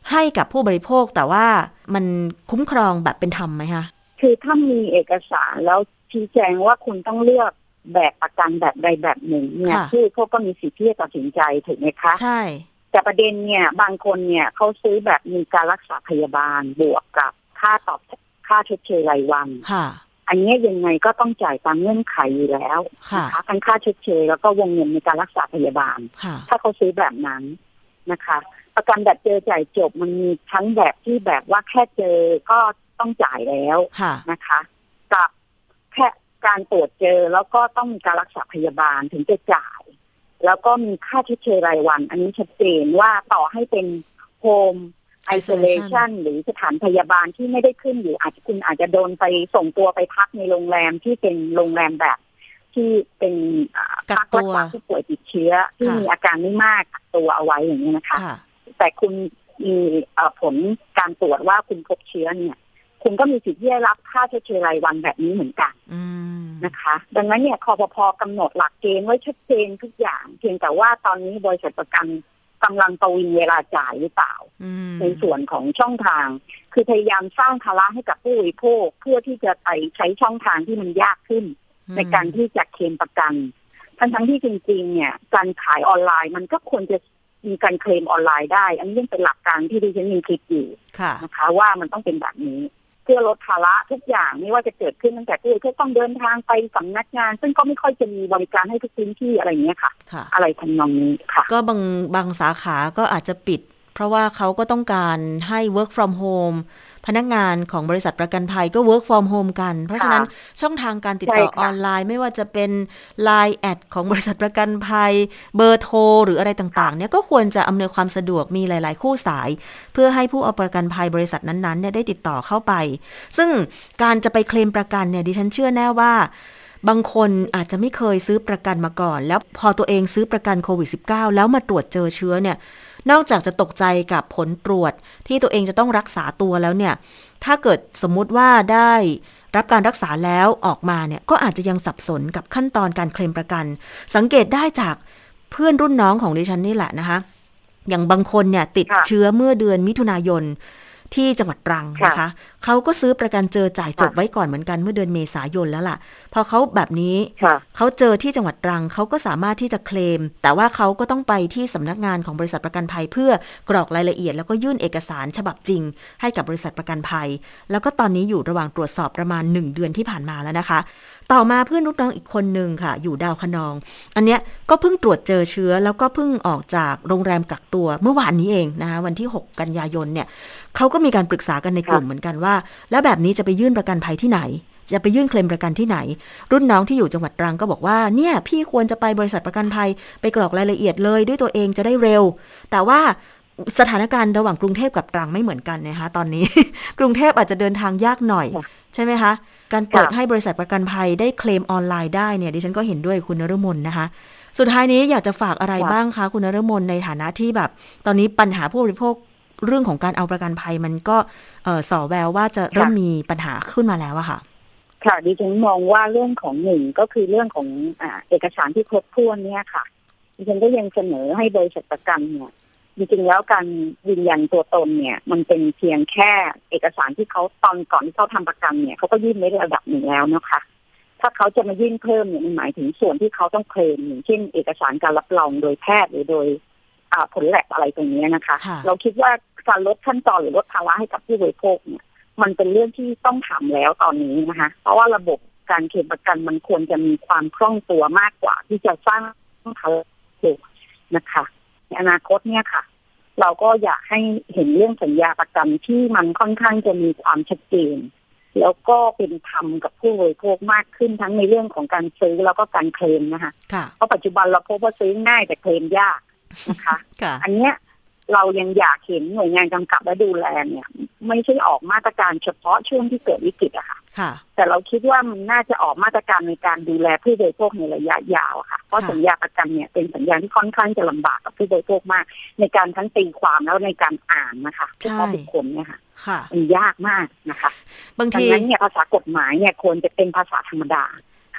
ให้กับผู้บริโภคแต่ว่ามันคุ้มครองแบบเป็นธรรมไหมคะคือถ้ามีเอกสารแล้วชี้แจงว่าคุณต้องเลือกแบบประกันแบบใดแบบหนึ่งเนี่ยผู้บริโภคก็มีสิทธิ์ที่จะตัดสินใจถูกไหมคะใช่แต่ประเด็นเนี่ยบางคนเนี่ยเขาซื้อแบบมีการรักษาพยาบาลบวกกับค่าชดเชยรายวันอันนี้ยังไงก็ต้องจ่ายตามเงื่อนไขอยู่แล้วนะคะทั้งค่าชดเชยแล้วก็วงเงินในการรักษาพยาบาลถ้าเขาซื้อแบบนั้นนะคะประกันแบบเจอจ่ายจบมันมีทั้งแบบที่แบบว่าแค่เจอก็ต้องจ่ายแล้วนะคะกับแค่การตรวจเจอแล้วก็ต้องมีการรักษาพยาบาลถึงจะจ่ายแล้วก็มีค่าชดเชยรายวันอันนี้ชัดเจนว่าต่อให้เป็นโฮมไอโซเลชันหรือสถานพยาบาลที่ไม่ได้ขึ้นอยู่คุณอาจจะโดนไปส่งตัวไปพักในโรงแรมที่เป็นโรงแรมแบบที่เป็นพักรักษาผู้ป่วยติดเชื้อที่มีอาการไม่มากกักตัวเอาไว้อย่างนี้นะคะแต่คุณมีผลการตรวจว่าคุณพบเชื้อเนี่ยคุณก็มีสิทธิ์ที่จะรับค่าชดเชยรายวันแบบนี้เหมือนกันนะคะดังนั้นเนี่ยคปภ.กำหนดหลักเกณฑ์ไว้ชัดเจนทุกอย่างเพียงแต่ว่าตอนนี้บริษัทประกันกำลังประวิงเวลาจ่ายหรือเปล่าในส่วนของช่องทางคือพยายามสร้างภาระให้กับผู้บริโภคเพื่อที่จะไปใช้ช่องทางที่มันยากขึ้นในการที่จะเคลมประกันทั้งที่จริงๆเนี่ยการขายออนไลน์มันก็ควรจะมีการเคลมออนไลน์ได้อันนี้ยังเป็นหลักการที่ดิฉันยังคิดอยู่นะคะว่ามันต้องเป็นแบบนี้เพื่อลดภาระทุกอย่างไม่ว่าจะเกิดขึ้นตั้งแต่ที่ต้องเดินทางไปสำนักงานซึ่งก็ไม่ค่อยจะมีบริการให้ทุกพื้นที่อะไรอย่างเงี้ยค่ะอะไรทำนองนี้ค่ะก็บางสาขาก็อาจจะปิดเพราะว่าเขาก็ต้องการให้ work from home พนักงานของบริษัทประกันภัยก็ work from home กันเพราะฉะนั้นช่องทางการติดต่อออนไลน์ไม่ว่าจะเป็น Line แอดของบริษัทประกันภัยเบอร์โทรหรืออะไรต่างๆเนี่ยก็ควรจะอำนวยความสะดวกมีหลายๆคู่สายเพื่อให้ผู้เอาประกันภัยบริษัทนั้นๆเนี่ยได้ติดต่อเข้าไปซึ่งการจะไปเคลมประกันเนี่ยดิฉันเชื่อแน่ว่าบางคนอาจจะไม่เคยซื้อประกันมาก่อนแล้วพอตัวเองซื้อประกันโควิด -19 แล้วมาตรวจเจอเชื้อเนี่ยนอกจากจะตกใจกับผลตรวจที่ตัวเองจะต้องรักษาตัวแล้วเนี่ยถ้าเกิดสมมุติว่าได้รับการรักษาแล้วออกมาเนี่ยก็อาจจะยังสับสนกับขั้นตอนการเคลมประกันสังเกตได้จากเพื่อนรุ่นน้องของดิฉันนี่แหละนะคะอย่างบางคนเนี่ยติดเชื้อเมื่อเดือนมิถุนายนที่จังหวัดตรังนะคะเขาก็ซื้อประกันเจอจ่ายจบไว้ก่อนเหมือนกันเมื่อเดือนเมษายนแล้วล่ะพอเขาแบบนี้เขาเจอที่จังหวัดตรังเขาก็สามารถที่จะเคลมแต่ว่าเขาก็ต้องไปที่สำนักงานของบริษัทประกันภัยเพื่อกรอกรายละเอียดแล้วก็ยื่นเอกสารฉบับจริงให้กับบริษัทประกันภัยแล้วก็ตอนนี้อยู่ระหว่างตรวจสอบประมาณ1เดือนที่ผ่านมาแล้วนะคะต่อมาเพื่อนรุ่นน้องอีกคนนึงค่ะอยู่ดาวคะนองอันเนี้ยก็เพิ่งตรวจเจอเชื้อแล้วก็เพิ่งออกจากโรงแรมกักตัวเมื่อวานนี้เองนะคะวันที่6กันยายนเนี่ยเขาก็มีการปรึกษากันในกลุ่มเหมือนกันว่าแล้วแบบนี้จะไปยื่นประกันภัยที่ไหนจะไปยื่นเคลมประกันที่ไหนรุ่นน้องที่อยู่จังหวัดตรังก็บอกว่าเนี่ยพี่ควรจะไปบริษัทประกันภัยไปกรอกรายละเอียดเลยด้วยตัวเองจะได้เร็วแต่ว่าสถานการณ์ระหว่างกรุงเทพกับตรังไม่เหมือนกันนะคะตอนนี้ กรุงเทพอาจจะเดินทางยากหน่อยใช่ไหมคะการเปิดให้บริษัทประกันภัยได้เคลมออนไลน์ได้เนี่ยดิฉันก็เห็นด้วยคุณนฤมลนะคะสุดท้ายนี้อยากจะฝากอะไรบ้างคะคุณนฤมลในฐานะที่แบบตอนนี้ปัญหาผู้บริโภคเรื่องของการเอาประกันภัยมันก็ส่อแววว่าจะเริ่มมีปัญหาขึ้นมาแล้วอะค่ะค่ะดิฉันมองว่าเรื่องของหนึ่งก็คือเรื่องของเอกสารที่ครบถ้วนเนี่ยค่ะดิฉันก็ยังเสนอให้บริษัทประกันเนี่ยจริงๆแล้วการยืนยันตัวตนเนี่ยมันเป็นเพียงแค่เอกสารที่เขาตอนก่อนที่เขาทำประกันเนี่ยเขาก็ยื่นในระดับหนึ่งแล้วนะคะถ้าเขาจะมายื่นเพิ่มเนี่ยมันหมายถึงส่วนที่เขาต้องเคลมอย่างเช่นเอกสารการรับรองโดยแพทย์หรือโดยผลแลบอะไรตรงนี้นะคะเราคิดว่าการลดขั้นตอนหรือลดภาระให้กับผู้บริโภคเนี่ยมันเป็นเรื่องที่ต้องทำแล้วตอนนี้นะคะเพราะว่าระบบการเคลมประกันมันควรจะมีความคล่องตัวมากกว่าที่จะสร้างภาระนะคะในอนาคตเนี่ยค่ะเราก็อยากให้เห็นเรื่องสัญญาประกันที่มันค่อนข้างจะมีความชัดเจนแล้วก็เป็นธรรมกับผู้บริโภคมากขึ้นทั้งในเรื่องของการซื้อแล้วก็การเคลมนะคะเพราะปัจจุบันเราพบว่าซื้อง่ายแต่เคลมยากนะคะอันเนี้ยเรายังอยากเห็นหน่วยงานกำกับและดูแลเนี่ยไม่ใช่ออกมาตรการเฉพาะช่วงที่เกิดวิกฤตอะค่ะแต่เราคิดว่ามันน่าจะออกมาตรการในการดูแลผู้บริโภคในระยะยาวค่ะเพราะสัญญาประกันเนี่ยเป็นสัญญาที่ค่อนข้างจะลำบากกับผู้บริโภคมากในการทั้งตีความแล้วในการอ่านนะคะเฉพาะบุคคลเนี่ยค่ะมันยากมากนะคะบางทีนั้นเนี่ยภาษากฎหมายเนี่ยควรจะเป็นภาษาธรรมดา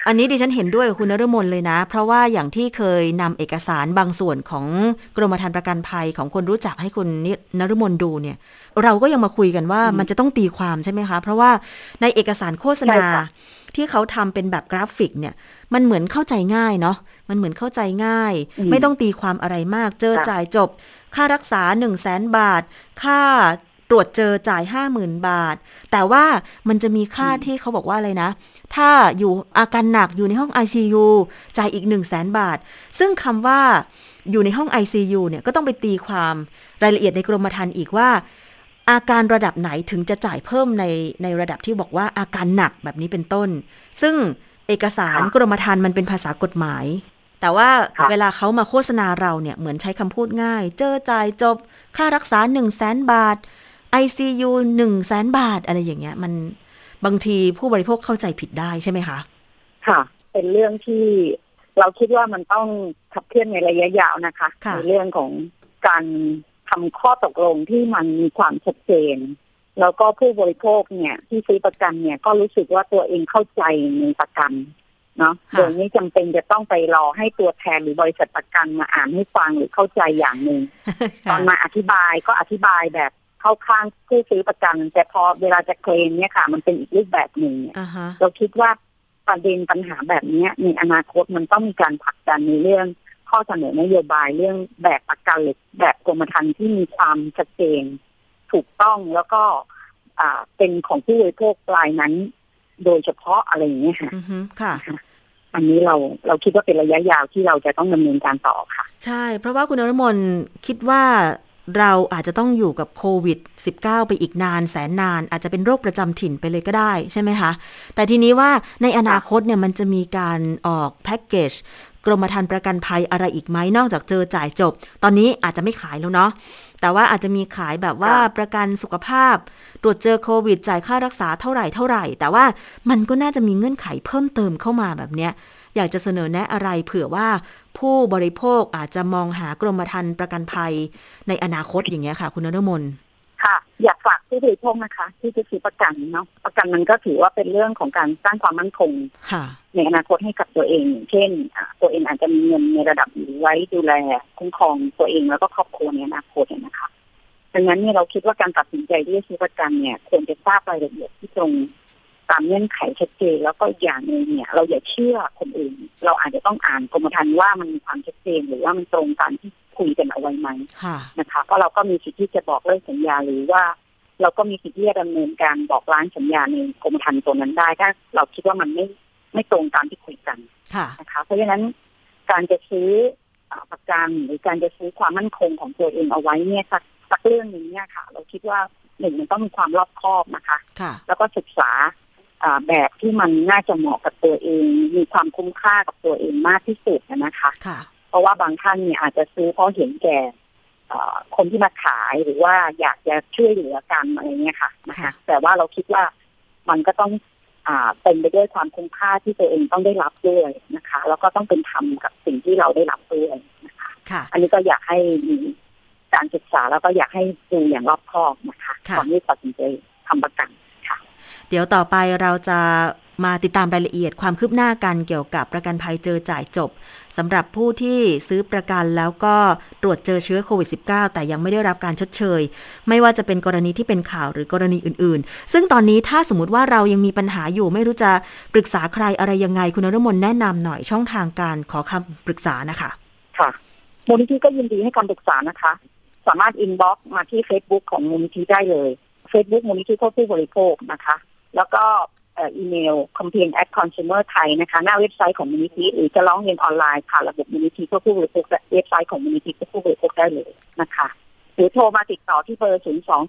อันนี้ดิฉันเห็นด้วยกับคุณนฤมลเลยนะเพราะว่าอย่างที่เคยนำเอกสารบางส่วนของกรมธรรม์ประกันภัยของคนรู้จักให้คุณนฤมลดูเนี่ยเราก็ยังมาคุยกันว่ามันจะต้องตีความใช่ไหมคะเพราะว่าในเอกสารโฆษณาที่เขาทำเป็นแบบกราฟิกเนี่ยมันเหมือนเข้าใจง่ายเนาะมันเหมือนเข้าใจง่ายไม่ต้องตีความอะไรมากเจอจ่ายจบค่ารักษา 100,000 บาทค่าตรวจเจอจ่าย 50,000 บาทแต่ว่ามันจะมีค่าที่เขาบอกว่าอะไรนะถ้าอยู่อาการหนักอยู่ในห้อง ICU จ่ายอีก 100,000 บาทซึ่งคำว่าอยู่ในห้อง ICU เนี่ยก็ต้องไปตีความรายละเอียดในกรมธรรม์อีกว่าอาการระดับไหนถึงจะจ่ายเพิ่มในระดับที่บอกว่าอาการหนักแบบนี้เป็นต้นซึ่งเอกสารกรมธรรม์มันเป็นภาษากฎหมายแต่ว่าเวลาเขามาโฆษณาเราเนี่ยเหมือนใช้คำพูดง่ายเจอจ่ายจบค่ารักษา 100,000 บาท ICU 100,000 บาทอะไรอย่างเงี้ยมันบางทีผู้บริโภคเข้าใจผิดได้ใช่ไหมคะค่ะเป็นเรื่องที่เราคิดว่ามันต้องขับเคลื่อนในระยะยาวนะคะในเรื่องของการทำข้อตกลงที่มันมีความชัดเจนแล้วก็ผู้บริโภคเนี่ยที่ซื้อประกันเนี่ยก็รู้สึกว่าตัวเองเข้าใจในประกันเนาะโดยไม่จำเป็นจะต้องไปรอให้ตัวแทนหรือบริษัทประกันมาอ่านให้ฟังหรือเข้าใจอย่างนึง ตอนมาอธิบายก็อธิบายแบบเข้าข้างผู้ซื้อประกันแต่พอเวลาจะเคลมเนี่ยค่ะมันเป็นอีกรูปแบบหนึ่งเราคิดว่าประเด็นปัญหาแบบนี้ในอนาคตมันต้องมีการผลักดันในเรื่องข้อเสนอนโยบายเรื่องแบบประกันหรือแบบกรมธรรม์ที่มีความชัดเจนถูกต้องแล้วก็เป็นของผู้บริโภครายนั้นโดยเฉพาะอะไรอย่างเงี้ยค่ะอันนี้เราคิดว่าเป็นระยะยาวที่เราจะต้องดำเนินการต่อค่ะใช่เพราะว่าคุณนฤมลคิดว่าเราอาจจะต้องอยู่กับโควิด -19 ไปอีกนานแสนนานอาจจะเป็นโรคประจำถิ่นไปเลยก็ได้ใช่ไหมคะแต่ทีนี้ว่าในอนาคตเนี่ยมันจะมีการออกแพ็กเกจกรมธรรม์ประกันภัยอะไรอีกไหมนอกจากเจอจ่ายจบตอนนี้อาจจะไม่ขายแล้วเนาะแต่ว่าอาจจะมีขายแบบว่าประกันสุขภาพตรวจเจอโควิดจ่ายค่ารักษาเท่าไหร่แต่ว่ามันก็น่าจะมีเงื่อนไขเพิ่มเติมเข้ามาแบบเนี้ยอยากจะเสนอแนะอะไรเผื่อว่าผู้บริโภคอาจจะมองหากรมธรรม์ประกันภัยในอนาคตอย่างเงี้ยค่ะคุณนฤมลค่ะอยากฝากผู้บริโภคนะคะที่จะซื้อประกันเนาะประกันมันก็ถือว่าเป็นเรื่องของการสร้างความมั่นคงในอนาคตให้กับตัวเองเช่นตัวเองอาจจะมีเงินในระดับนี้ไว้ดูแลคุ้มครองตัวเองแล้วก็ครอบครัวในอนาคตนะคะดังนั้นเนี่ยเราคิดว่าการตัดสินใจที่จะซื้อประกันเนี่ยควรจะทราบรายละเอียดที่ตรงตามเงื่อนไขชัดเจนแล้วก็อย่างนึงเนี่ยเราอย่าเชื่อคนอื่นเราอาจจะต้องอ่านกรมธรรม์ว่ามันมีความชัดเจนหรือว่ามันตรงตามที่คุยกันเอาไว้ไหมนะคะเพราะเราก็มีสิทธิ์ที่จะบอกเลิกสัญญาหรือว่าเราก็มีสิทธิ์ที่จะดำเนินการบอกล้างสัญญาในกรมธรรม์ตัวนั้นได้ถ้าเราคิดว่ามันไม่ตรงตามที่คุยกันนะคะเพราะฉะนั้นการจะซื้อประกันหรือการจะซื้อความมั่นคงของตัวเองเอาไว้เนี่ยสักเรื่องนึงเนี่ยค่ะเราคิดว่าหนึ่งมันต้องมีความรอบคอบนะคะแล้วก็ศึกษาแบบที่มันน่าจะเหมาะกับตัวเองมีความคุ้มค่ากับตัวเองมากที่สุดนะคะเพราะว่าบางท่านเนี่ยอาจจะซื้อเพราะเห็นแก่คนที่มาขายหรือว่าอยากจะช่วยเหลือกันอะไรเงี้ยค่ะนะคะแต่ว่าเราคิดว่ามันก็ต้องเป็นไปด้วยความคุ้มค่าที่ตัวเองต้องได้รับด้วยนะคะแล้วก็ต้องเป็นธรรมกับสิ่งที่เราได้รับด้วยนะคะอันนี้ก็อยากให้มีการศึกษาแล้วก็อยากให้ดูอย่างรอบคอบนะคะก่อนที่ตัดสินใจทำประกันเดี๋ยวต่อไปเราจะมาติดตามรายละเอียดความคืบหน้ากันเกี่ยวกับประกันภัยเจอจ่ายจบสำหรับผู้ที่ซื้อประกันแล้วก็ตรวจเจอเชื้อโควิด -19 แต่ยังไม่ได้รับการชดเชยไม่ว่าจะเป็นกรณีที่เป็นข่าวหรือกรณีอื่นๆซึ่งตอนนี้ถ้าสมมุติว่าเรายังมีปัญหาอยู่ไม่รู้จะปรึกษาใครอะไรยังไงคุณนฤมลแนะนำหน่อยช่องทางการขอคำปรึกษานะคะค่ะมูลนิธิก็ยินดีให้คำปรึกษานะคะสามารถอินบ็อกซ์มาที่ Facebook ของมูลนิธิได้เลย Facebook มูลนิธิเพื่อผู้บริโภคนะคะแล้วก็อีเมล complain@consumer.thai นะคะหน้าเว็บไซต์ของมูลนิธิหรือจะร้องเรียนออนไลน์ผ่านระบบมูลนิธิเพื่อผู้บริโภคเว็บไซต์ของมูลนิธิเพื่อผู้บริโภคได้เลยนะคะหรือโทรมาติดต่อที่เบอร์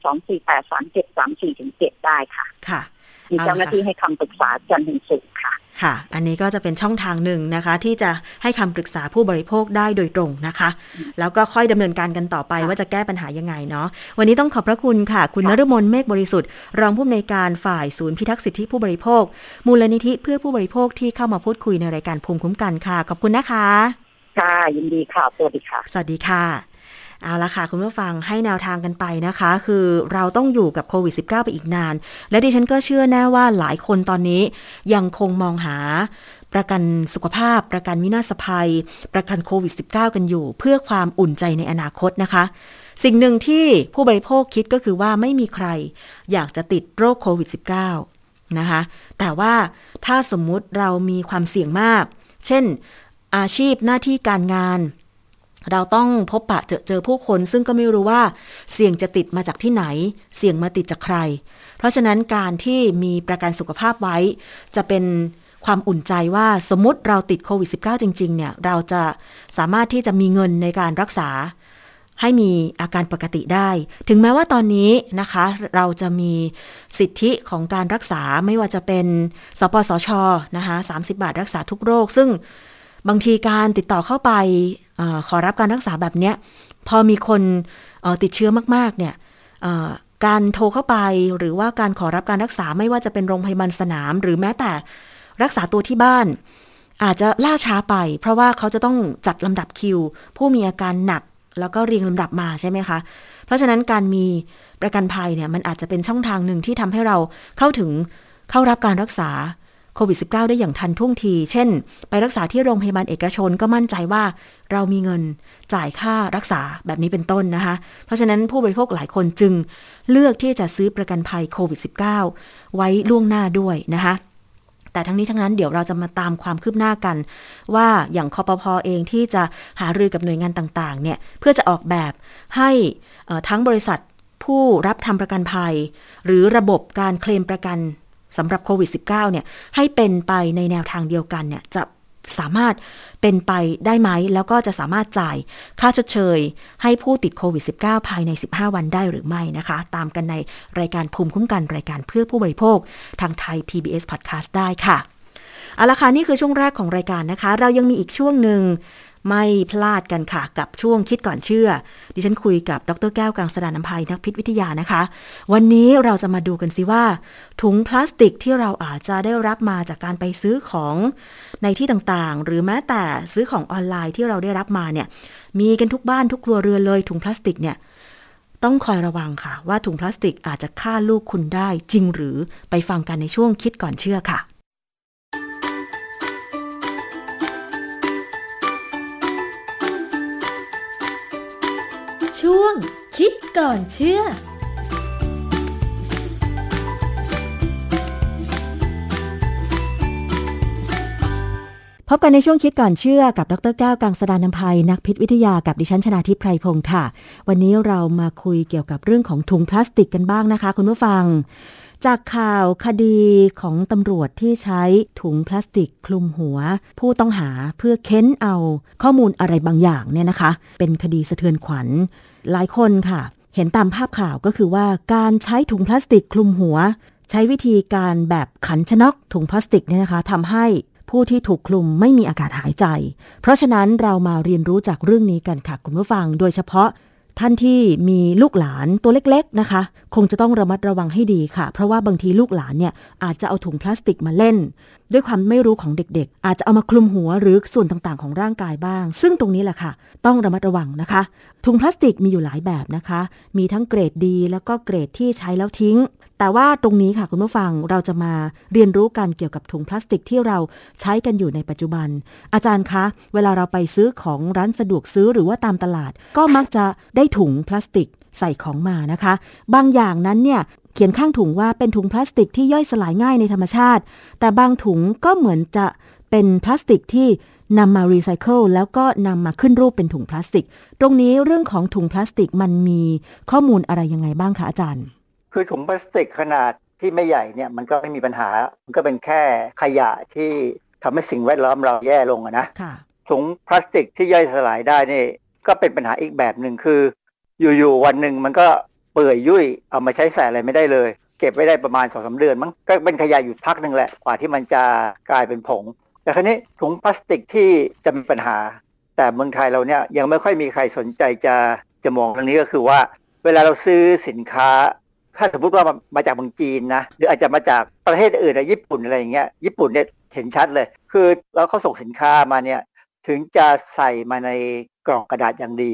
022483734-7 ได้ค่ะค่ะมีเจ้าหน้าที่ให้คำปรึกษาจันทร์ถึงศุกร์ค่ะค่ะอันนี้ก็จะเป็นช่องทางหนึ่งนะคะที่จะให้คำปรึกษาผู้บริโภคได้โดยตรงนะคะแล้วก็ค่อยดำเนินการกันต่อไปว่าจะแก้ปัญหายังไงเนาะวันนี้ต้องขอบพระคุณค่ะคุณนฤมลเมฆบริสุทธิ์รองผู้อำนวยการฝ่ายศูนย์พิทักษ์สิทธิผู้บริโภคมูลนิธิเพื่อผู้บริโภคที่เข้ามาพูดคุยในรายการภูมิคุ้มกันค่ะขอบคุณนะคะค่ะยินดีค่ะสวัสดีค่ะสวัสดีค่ะเอาละค่ะคุณผู้ฟังให้แนวทางกันไปนะคะคือเราต้องอยู่กับโควิด -19 ไปอีกนานและดิฉันก็เชื่อแน่ว่าหลายคนตอนนี้ยังคงมองหาประกันสุขภาพประกันวินาศภัยประกันโควิด -19 กันอยู่เพื่อความอุ่นใจในอนาคตนะคะสิ่งหนึ่งที่ผู้บริโภคคิดก็คือว่าไม่มีใครอยากจะติดโรคโควิด -19 นะคะแต่ว่าถ้าสมมุติเรามีความเสี่ยงมากเช่นอาชีพหน้าที่การงานเราต้องพบปะเจอผู้คนซึ่งก็ไม่รู้ว่าเสี่ยงจะติดมาจากที่ไหนเสี่ยงมาติดจากใครเพราะฉะนั้นการที่มีประกันสุขภาพไว้จะเป็นความอุ่นใจว่าสมมุติเราติดโควิด -19 จริงๆเนี่ยเราจะสามารถที่จะมีเงินในการรักษาให้มีอาการปกติได้ถึงแม้ว่าตอนนี้นะคะเราจะมีสิทธิของการรักษาไม่ว่าจะเป็นสปสช.นะคะ30 บาทรักษาทุกโรคซึ่งบางทีการติดต่อเข้าไปขอรับการรักษาแบบเนี้ยพอมีคนติดเชื้อมากๆเนี่ยการโทรเข้าไปหรือว่าการขอรับการรักษาไม่ว่าจะเป็นโรงพยาบาลสนามหรือแม้แต่รักษาตัวที่บ้านอาจจะล่าช้าไปเพราะว่าเขาจะต้องจัดลำดับคิวผู้มีอาการหนักแล้วก็เรียงลำดับมาใช่ไหมคะเพราะฉะนั้นการมีประกันภัยเนี่ยมันอาจจะเป็นช่องทางหนึ่งที่ทำให้เราเข้ารับการรักษาโควิด -19 ได้อย่างทันท่วงทีเช่นไปรักษาที่โรงพยาบาลเอกชนก็มั่นใจว่าเรามีเงินจ่ายค่ารักษาแบบนี้เป็นต้นนะคะเพราะฉะนั้นผู้บริโภคหลายคนจึงเลือกที่จะซื้อประกันภัยโควิด -19 ไว้ล่วงหน้าด้วยนะคะแต่ทั้งนี้ทั้งนั้นเดี๋ยวเราจะมาตามความคืบหน้ากันว่าอย่างคปภ.เองที่จะหารือกับหน่วยงานต่างๆเนี่ยเพื่อจะออกแบบให้ทั้งบริษัทผู้รับทำประกันภัยหรือระบบการเคลมประกันสำหรับโควิด -19 เนี่ยให้เป็นไปในแนวทางเดียวกันเนี่ยจะสามารถเป็นไปได้ไหมแล้วก็จะสามารถจ่ายค่าชดเชยให้ผู้ติดโควิด -19 ภายใน15 วันได้หรือไม่นะคะตามกันในรายการภูมิคุ้มกันรายการเพื่อผู้บริโภคทางไทย PBS Podcast ได้ค่ะเอาละค่ะนี่คือช่วงแรกของรายการนะคะเรายังมีอีกช่วงหนึ่งไม่พลาดกันค่ะกับช่วงคิดก่อนเชื่อดิฉันคุยกับดร.แก้วกังสดาลอำไพนักพิษวิทยานะคะวันนี้เราจะมาดูกันสิว่าถุงพลาสติกที่เราอาจจะได้รับมาจากการไปซื้อของในที่ต่างๆหรือแม้แต่ซื้อของออนไลน์ที่เราได้รับมาเนี่ยมีกันทุกบ้านทุกครัวเรือนเลยถุงพลาสติกเนี่ยต้องคอยระวังค่ะว่าถุงพลาสติกอาจจะฆ่าลูกคุณได้จริงหรือไปฟังกันในช่วงคิดก่อนเชื่อค่ะช่วงคิดก่อนเชื่อพบกันในช่วงคิดก่อนเชื่อกับดร.แก้วกังสดาลอำไพนักพิษวิทยากับดิฉันชนาธิปไพรพงศ์ค่ะวันนี้เรามาคุยเกี่ยวกับเรื่องของถุงพลาสติกกันบ้างนะคะคุณผู้ฟังจากข่าวคดีของตำรวจที่ใช้ถุงพลาสติกคลุมหัวผู้ต้องหาเพื่อเค้นเอาข้อมูลอะไรบางอย่างเนี่ยนะคะเป็นคดีสะเทือนขวัญหลายคนค่ะเห็นตามภาพข่าวก็คือว่าการใช้ถุงพลาสติกคลุมหัวใช้วิธีการแบบขันชะน็อกถุงพลาสติกเนี่ยนะคะทำให้ผู้ที่ถูกคลุมไม่มีอากาศหายใจเพราะฉะนั้นเรามาเรียนรู้จากเรื่องนี้กันค่ะคุณผู้ฟังโดยเฉพาะท่านที่มีลูกหลานตัวเล็กๆนะคะคงจะต้องระมัดระวังให้ดีค่ะเพราะว่าบางทีลูกหลานเนี่ยอาจจะเอาถุงพลาสติกมาเล่นด้วยความไม่รู้ของเด็กๆอาจจะเอามาคลุมหัวหรือส่วนต่างๆของร่างกายบ้างซึ่งตรงนี้แหละค่ะต้องระมัดระวังนะคะถุงพลาสติกมีอยู่หลายแบบนะคะมีทั้งเกรดดีแล้วก็เกรดที่ใช้แล้วทิ้งแต่ว่าตรงนี้ค่ะคุณผู้ฟังเราจะมาเรียนรู้กันเกี่ยวกับถุงพลาสติกที่เราใช้กันอยู่ในปัจจุบันอาจารย์คะเวลาเราไปซื้อของร้านสะดวกซื้อหรือว่าตามตลาดก็มักจะได้ถุงพลาสติกใส่ของมานะคะบางอย่างนั้นเนี่ยเขียนข้างถุงว่าเป็นถุงพลาสติกที่ย่อยสลายง่ายในธรรมชาติแต่บางถุงก็เหมือนจะเป็นพลาสติกที่นำมารีไซเคิลแล้วก็นำมาขึ้นรูปเป็นถุงพลาสติกตรงนี้เรื่องของถุงพลาสติกมันมีข้อมูลอะไรยังไงบ้างคะอาจารย์คือถุงพลาสติกขนาดที่ไม่ใหญ่เนี่ยมันก็ไม่มีปัญหามันก็เป็นแค่ขยะที่ทำให้สิ่งแวดล้อมเราแย่ลงนะถุงพลาสติกที่ย่อยสลายได้นี่ก็เป็นปัญหาอีกแบบหนึ่งคืออยู่ๆวันหนึ่งมันก็เปื่อยยุ่ยเอามาใช้ใส่อะไรไม่ได้เลยเก็บไว้ได้ประมาณ 2-3 เดือนมั้งก็เป็นขยะอยู่พักนึงแหละกว่าที่มันจะกลายเป็นผงแต่คราวนี้ถุงพลาสติกที่จะมีปัญหาแต่เมืองไทยเราเนี่ยยังไม่ค่อยมีใครสนใจจะมองเรื่องนี้ก็คือว่าเวลาเราซื้อสินค้าถ้าสมมติว่ามาจากเมืองจีนนะหรืออาจจะมาจากประเทศอื่นญี่ปุ่นอะไรอย่างเงี้ยญี่ปุ่นเนี่ยเห็นชัดเลยคือแล้วเขาส่งสินค้ามาเนี่ยถึงจะใส่มาในกล่องกระดาษอย่างดี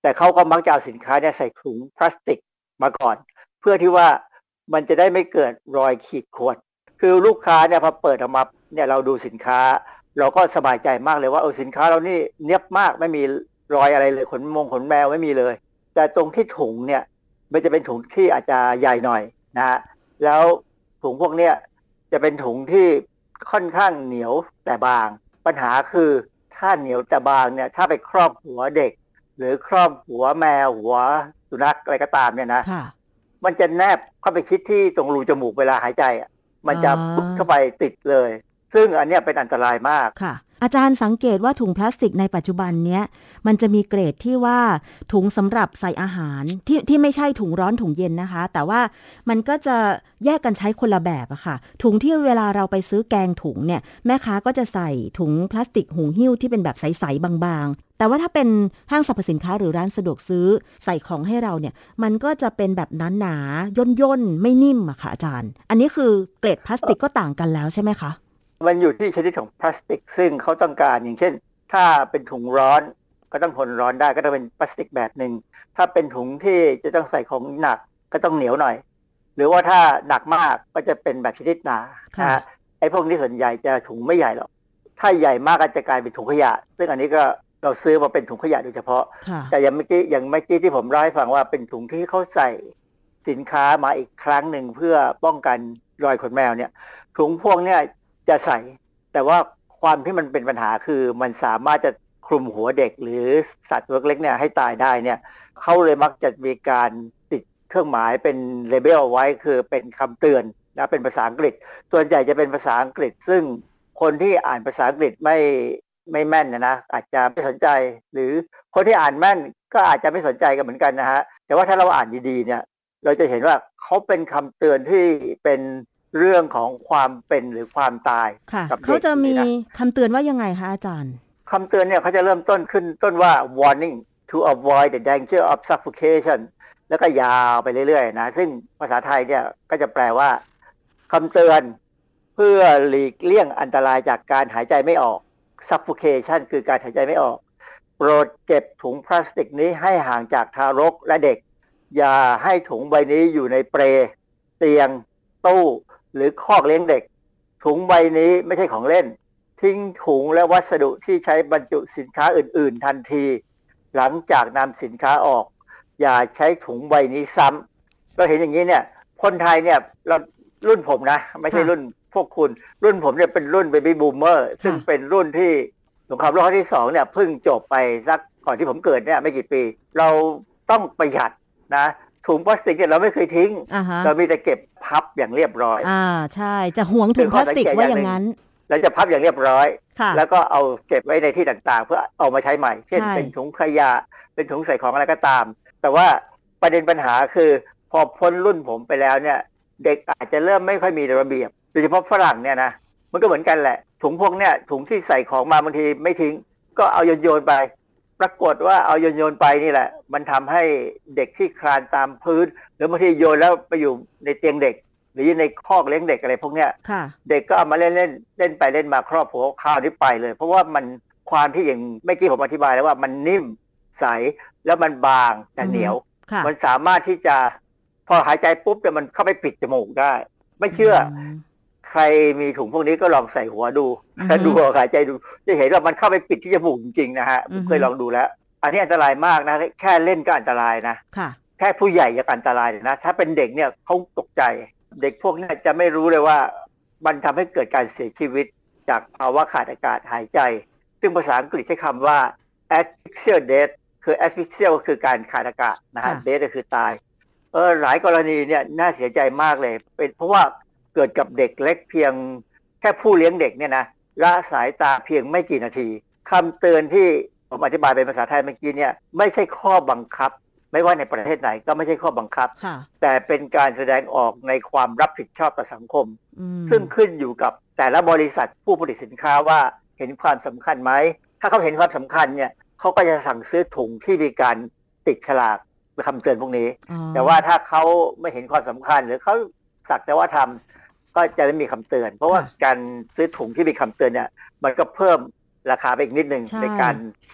แต่เขาก็มักจะเอาสินค้าเนี่ยใส่ถุงพลาสติกมาก่อนเพื่อที่ว่ามันจะได้ไม่เกิดรอยขีดข่วนคือลูกค้าเนี่ยพอเปิดออกมาเนี่ยเราดูสินค้าเราก็สบายใจมากเลยว่าสินค้าเรานี่เนียบมากไม่มีรอยอะไรเลยขนแมวไม่มีเลยแต่ตรงที่ถุงเนี่ยมันจะเป็นถุงที่อาจจะใหญ่หน่อยนะฮะแล้วถุงพวกเนี้ยจะเป็นถุงที่ค่อนข้างเหนียวแต่บางปัญหาคือถ้าเหนียวแต่บางเนี่ยถ้าไปครอบหัวเด็กหรือครอบหัวแมวหัวสุนัขอะไรก็ตามเนี่ยนะมันจะแนบเข้าไปชิดที่ตรงรูจมูกเวลาหายใจอ่ะมันจะปุ๊บเข้าไปติดเลยซึ่งอันเนี้ยเป็นอันตรายมากค่ะอาจารย์สังเกตว่าถุงพลาสติกในปัจจุบันเนี้ยมันจะมีเกรดที่ว่าถุงสำหรับใส่อาหารที่ไม่ใช่ถุงร้อนถุงเย็นนะคะแต่ว่ามันก็จะแยกกันใช้คนละแบบอะค่ะถุงที่เวลาเราไปซื้อแกงถุงเนี่ยแม่ค้าก็จะใส่ถุงพลาสติกหุงหิ้วที่เป็นแบบใสๆบางๆแต่ว่าถ้าเป็นห้างสรรพสินค้าหรือร้านสะดวกซื้อใส่ของให้เราเนี่ยมันก็จะเป็นแบบหนาๆย่นๆไม่นิ่มอะค่ะอาจารย์อันนี้คือเกรดพลาสติกก็ต่างกันแล้วใช่ไหมคะมันอยู่ที่ชนิดของพลาสติกซึ่งเขาต้องการอย่างเช่นถ้าเป็นถุงร้อนก็ต้องทนร้อนได้ก็ต้องเป็นพลาสติกแบบหนึ่งถ้าเป็นถุงที่จะต้องใส่ของหนักก็ต้องเหนียวหน่อยหรือว่าถ้าหนักมากก็จะเป็นแบบชนิดหนาไอ้พวกนี้ส่วนใหญ่จะถุงไม่ใหญ่หรอกถ้าใหญ่มากก็จะกลายเป็นถุงขยะซึ่งอันนี้ก็เราซื้อมาเป็นถุงขยะโดยเฉพาะแต่อย่างเมื่อกี้ที่ผมเล่าให้ฟังว่าเป็นถุงที่เขาใส่สินค้ามาอีกครั้งหนึ่งเพื่อป้องกันรอยขนแมวเนี่ยถุงพวกเนี้ยจะใส่แต่ว่าความที่มันเป็นปัญหาคือมันสามารถจะคลุมหัวเด็กหรือสัตว์ตัวเล็กเนี่ยให้ตายได้เนี่ยเขาเลยมักจะมีการติดเครื่องหมายเป็นเลเบลไว้คือเป็นคำเตือนนะเป็นภาษาอังกฤษส่วนใหญ่จะเป็นภาษาอังกฤษซึ่งคนที่อ่านภาษาอังกฤษไม่แม่นนะอาจจะไม่สนใจหรือคนที่อ่านแม่นก็อาจจะไม่สนใจกันเหมือนกันนะฮะแต่ว่าถ้าเราอ่านดีๆเนี่ยเราจะเห็นว่าเขาเป็นคำเตือนที่เป็นเรื่องของความเป็นหรือความตายกับเด็กเขาจะมีคำเตือนว่ายังไงคะอาจารย์คำเตือนเนี่ยเขาจะเริ่มต้นว่า warning to avoid the danger of suffocation แล้วก็ยาวไปเรื่อยๆนะซึ่งภาษาไทยเนี่ยก็จะแปลว่าคำเตือนเพื่อหลีกเลี่ยงอันตรายจากการหายใจไม่ออก suffocation คือการหายใจไม่ออกโปรดเก็บถุงพลาสติกนี้ให้ห่างจากทารกและเด็กอย่าให้ถุงใบนี้อยู่ในเปลเตียงตู้หรือคอกเลี้ยงเด็กถุงใบนี้ไม่ใช่ของเล่นทิ้งถุงและวัสดุที่ใช้บรรจุสินค้าอื่นๆทันทีหลังจากนำสินค้าออกอย่าใช้ถุงใบนี้ซ้ำเราเห็นอย่างนี้เนี่ยคนไทยเนี่ยเรารุ่นผมนะไม่ใช่รุ่นพวกคุณรุ่นผมเนี่ยเป็นรุ่นเบบี้บูมเมอร์ซึ่งเป็นรุ่นที่สงครามโลกครั้งที่2เนี่ยเพิ่งจบไปสักก่อนที่ผมเกิดเนี่ยไม่กี่ปีเราต้องประหยัดนะถุงพลาสติกเนี่ยเราไม่เคยทิ้งเรามีแต่เก็บพับอย่างเรียบร้อยใช่จะหวงถุงพลาสติกไว้อย่างนั้นเราจะพับอย่างเรียบร้อยแล้วก็เอาเก็บไว้ในที่ต่างๆเพื่อเอามาใช้ใหม่เช่นเป็นถุงขยะเป็นถุงใส่ของอะไรก็ตามแต่ว่าประเด็นปัญหาคือพอพ้นรุ่นผมไปแล้วเนี่ยเด็กอาจจะเริ่มไม่ค่อยมีระเบียบโดยเฉพาะฝรั่งเนี่ยนะมันก็เหมือนกันแหละถุงพวกเนี่ยถุงที่ใส่ของมาบางทีไม่ทิ้งก็เอาโยนไปปรากฏว่าเอาโยนไปนี่แหละมันทำให้เด็กที่คลานตามพื้นหรือบางทีโยนแล้วไปอยู่ในเตียงเด็กหรือในคอกเลี้ยงเด็กอะไรพวกเนี้ยเด็กก็เอามาเล่นไปเล่นมาครอบหัวข้าวที่ไปเลยเพราะว่ามันความที่อย่างเมื่อกี้ผมอธิบายแล้วว่ามันนิ่มใสแล้วมันบางแต่เหนียวมันสามารถที่จะพอหายใจปุ๊บเนี่ยมันเข้าไปปิดจมูกได้ไม่เชื่อใครมีถุงพวกนี้ก็ลองใส่หัวดูถ้าดูหายใจดูจะเห็นว่ามันเข้าไปปิดที่จมูกจริงๆนะฮะผมเคยลองดูแล้วอันนี้อันตรายมากนะแค่เล่นก็อันตรายนะแค่ผู้ใหญ่ยังอันตรายนะถ้าเป็นเด็กเนี่ยเขาตกใจเด็กพวกนี้จะไม่รู้เลยว่ามันทำให้เกิดการเสียชีวิตจากภาวะขาดอากาศหายใจซึ่งภาษาอังกฤษใช้คำว่า asphyxial death คือ asphyxial ก็คือการขาดอากาศนะฮะ death ก็คือตายหลายกรณีเนี่ยน่าเสียใจมากเลยเป็นเพราะว่าเกิดกับเด็กเล็กเพียงแค่ผู้เลี้ยงเด็กเนี่ยนะละสายตาเพียงไม่กี่นาทีคำเตือนที่ผมอธิบายเป็นภาษาไทยเมื่อกี้เนี่ยไม่ใช่ข้อบังคับไม่ว่าในประเทศไหนก็ไม่ใช่ข้อบังคับแต่เป็นการแสดงออกในความรับผิดชอบต่อสังคมซึ่งขึ้นอยู่กับแต่ละบริษัทผู้ผลิตสินค้าว่าเห็นความสำคัญไหมถ้าเขาเห็นความสำคัญเนี่ยเขาก็จะสั่งซื้อถุงที่มีการติดฉลากคำเตือนพวกนี้แต่ว่าถ้าเขาไม่เห็นความสำคัญหรือเขาสักแต่ว่าทำก็จะไม่มีคำเตือนเพราะว่าการซื้อถุงที่มีคำเตือนเนี่ยมันก็เพิ่มราคาไปอีกนิดนึงในการเขียน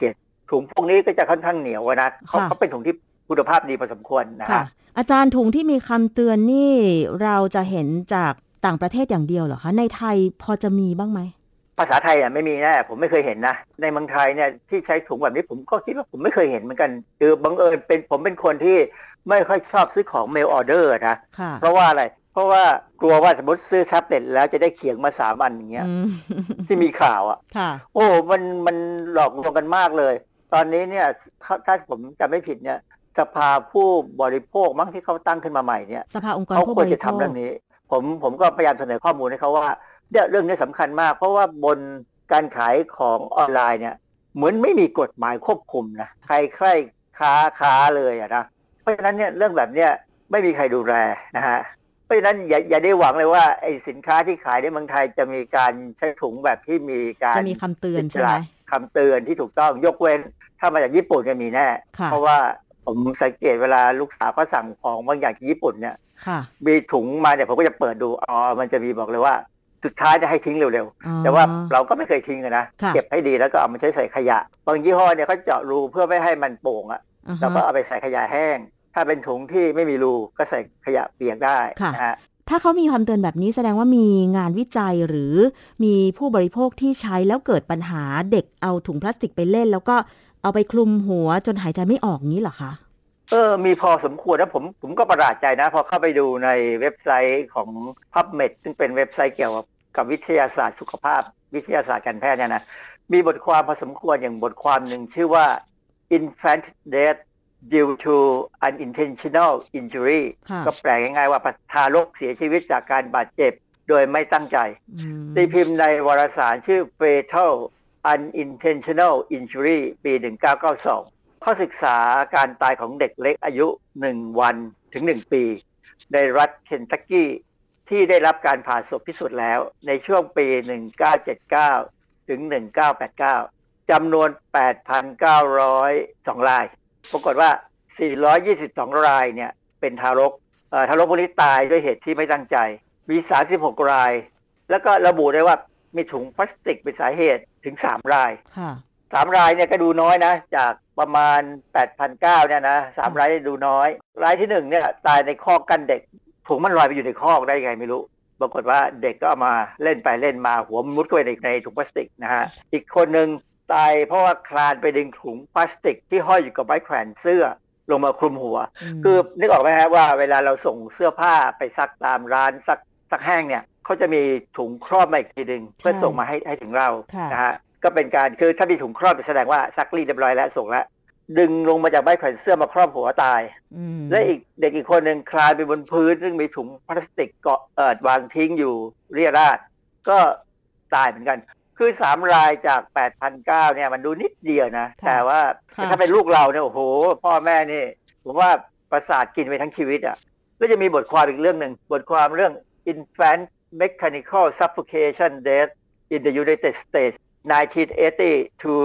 ถุงพวกนี้ก็จะค่อนข้างเหนียวนะเขาเป็นถุงที่คุณภาพดีพอสมควรนะฮะอาจารย์ถุงที่มีคำเตือนนี่เราจะเห็นจากต่างประเทศอย่างเดียวเหรอคะในไทยพอจะมีบ้างไหมภาษาไทยไม่มีแน่ผมไม่เคยเห็นนะในเมืองไทยเนี่ยที่ใช้ถุงแบบนี้ผมก็คิดว่าผมไม่เคยเห็นเหมือนกันคือบังเอิญผมเป็นคนที่ไม่ค่อยชอบซื้อของเมลออเดอร์นะเพราะว่าอะไรเพราะว่ากลัวว่าสมมติซื้อแท็บเล็ตแล้วจะได้เขียงมา3 อันอย่างเงี้ยที่มีข่าวโอ้มันหลอกลวงกันมากเลยตอนนี้เนี่ยถ้าผมจำไม่ผิดเนี่ยสภาผู้บริโภคมั้งที่เขาตั้งขึ้นมาใหม่เนี่ยสภาองค์กรเขาผู้ควรบริจะโภคทำเรื่องนี้ผมก็พยายามเสนอข้อมูลให้เขาว่าเรื่องนี้สำคัญมากเพราะว่าบนการขายของออนไลน์เนี่ยเหมือนไม่มีกฎหมายควบคุมนะใครค้าเลยนะเพราะฉะนั้นเนี่ยเรื่องแบบเนี้ยไม่มีใครดูแลนะฮะเพราะฉะนั้นอย่าได้หวังเลยว่าไอ้สินค้าที่ขายในเมืองไทยจะมีการใช้ถุงแบบที่มีการจะมีคำเตือนใช่ไหมคำเตือนที่ถูกต้องยกเว้นถ้ามาจากญี่ปุ่นจะมีแน่เพราะว่าผมสังเกตเวลาลูกสาวก็สั่งของบางอย่างจากญี่ปุ่นเนี่ยมีถุงมาเนี่ยผมก็จะเปิดดูมันจะมีบอกเลยว่าสุดท้ายจะให้ทิ้งเร็วๆแต่ว่าเราก็ไม่เคยทิ้งนะเก็บให้ดีแล้วก็เอามาใใส่ขยะบางยี่ห้อเนี่ยเขาเจาะรูเพื่อไม่ให้มันโป่งแล้วก็เอาไปใส่ขยะแห้งถ้าเป็นถุงที่ไม่มีรูก็ใส่ขยะเปียกได้นะฮะถ้าเขามีคำเตือนแบบนี้แสดงว่ามีงานวิจัยหรือมีผู้บริโภคที่ใช้แล้วเกิดปัญหาเด็กเอาถุงพลาสติกไปเล่นแล้วก็เอาไปคลุมหัวจนหายใจไม่ออกงี้เหรอคะมีพอสมควรนะผมก็ประหลาดใจนะพอเข้าไปดูในเว็บไซต์ของ PubMed ซึ่งเป็นเว็บไซต์เกี่ยวกับวิทยาศาสตร์สุขภาพวิทยาศาสตร์การแพทย์เนี่ยนะมีบทความพอสมควรอย่างบทความหนึ่งชื่อว่า Infant Death Due to Unintentional Injury ก็แปลง่ายๆว่าทารกเสียชีวิตจากการบาดเจ็บโดยไม่ตั้งใจตีพิมพ์ในวารสารชื่อ Fatal Unintentional Injury ปี 1992เขาศึกษาการตายของเด็กเล็กอายุ1 วันถึง1 ปีในรัฐเคนทักกี้ที่ได้รับการผ่าศพพิสูจน์แล้วในช่วงปี 1979 ถึง 1989 จำนวน 8,902 รายปรากฏว่า 422 รายเนี่ยเป็นทารกพวกนี้ตายด้วยเหตุที่ไม่ตั้งใจมี 36 รายแล้วก็ระบุได้ว่ามีถุงพลาสติกเป็นสาเหตุถึง 3 ราย3 รายเนี่ยก็ดูน้อยนะจากประมาณ 8,900 เนี่ยนะ3 รายดูน้อยรายที่1เนี่ยตายในคอกกันเด็กถุงมันลอยไปอยู่ในคอกได้ไงไม่รู้ปรากฏว่าเด็กก็เอามาเล่นไปเล่นมาหัวมุดเข้าไปในถุงพลาสติกนะฮะอีกคนนึงตายเพราะว่าคลานไปดึงถุงพลาสติกที่ห้อยอยู่กับไม้แขวนเสื้อลงมาคลุมหัวคือนึกออกไหมฮะว่าเวลาเราส่งเสื้อผ้าไปซักตามร้านซักแห้งเนี่ยเขาจะมีถุงครอบมาอีกทีนึงเพื่อส่งมาให้ถึงเรานะฮะก็เป็นการคือถ้ามีถุงครอบแสดงว่าซักรีดเรียบร้อยแล้วส่งแล้วดึงลงมาจากไม้แขวนเสื้อมาครอบหัวตายและเด็กอีกคนนึงคลานไปบนพื้นซึ่งมีถุงพลาสติกเกาะวางทิ้งอยู่เรี่ยราดก็ตายเหมือนกันคือ3 รายจาก 8,900 เนี่ยมันดูนิดเดียวนะแต่ว่าถ้าเป็นลูกเราเนี่ยโอ้โหพ่อแม่นี่ผมว่าประสาทกินไปทั้งชีวิตอ่ะแล้วจะมีบทความอีกเรื่องนึงบทความเรื่อง Infant Mechanical Suffocation Death in the United States 1980 to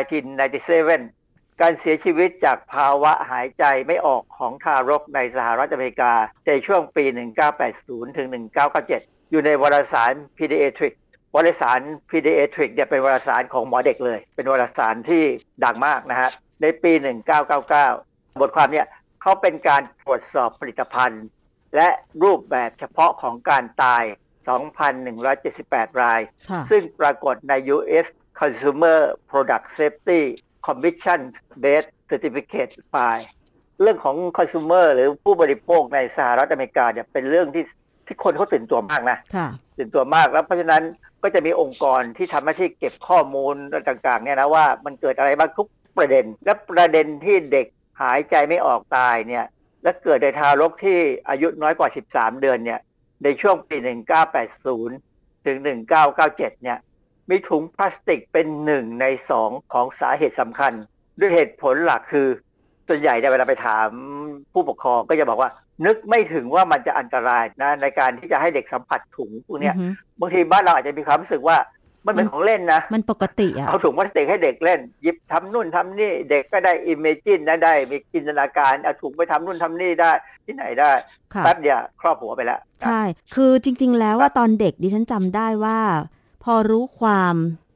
1997 การเสียชีวิตจากภาวะหายใจไม่ออกของทารกในสหรัฐอเมริกาในช่วงปี 1980 ถึง 1997 อยู่ในวารสาร Pediatrics วารสาร Pediatrics เนี่ยเป็นวารสารของหมอเด็กเลยเป็นวารสารที่ดังมากนะฮะในปี 1999 บทความเนี่ยเขาเป็นการตรวจสอบผลิตภัณฑ์และรูปแบบเฉพาะของการตาย 2,178 รายซึ่งปรากฏใน US Consumer Product Safety Commission Based Certificate File เรื่องของ consumer หรือผู้บริโภคในสหรัฐอเมริกาเนี่ยเป็นเรื่องที่คนเขาตื่นตัวมากนะตื่นตัวมากแล้วเพราะฉะนั้นก็จะมีองค์กรที่ทำหน้าที่เก็บข้อมูลต่างๆเนี่ยนะว่ามันเกิดอะไรบ้างทุกประเด็นและประเด็นที่เด็กหายใจไม่ออกตายเนี่ยและเกิดในทารกที่อายุน้อยกว่า13 เดือนเนี่ยในช่วงปี 1980 ถึง 1997 เนี่ยมีถุงพลาสติกเป็น1 ใน 2ของสาเหตุสำคัญด้วยเหตุผลหลักคือส่วนใหญ่เวลาไปถามผู้ปกครองก็จะบอกว่านึกไม่ถึงว่ามันจะอันตรายนะในการที่จะให้เด็กสัมผัสถุงพวกนี้บางทีบ้านเราอาจจะมีความรู้สึกว่ามันเป็นของเล่นนะมันปกติเอาถุงพลาสติกให้เด็กเล่นหยิบทำนู่นทำนี่เด็กก็ได้อิมเมจินได้มีจินตนาการเอาถุงไปทำนู่นทำนี่ได้ที่ไหนได้แป๊บเดียวครอบหัวไปแล้วใช่คือจริงๆแล้วว่าตอนเด็กดิฉันจำได้ว่าพอรู้ความ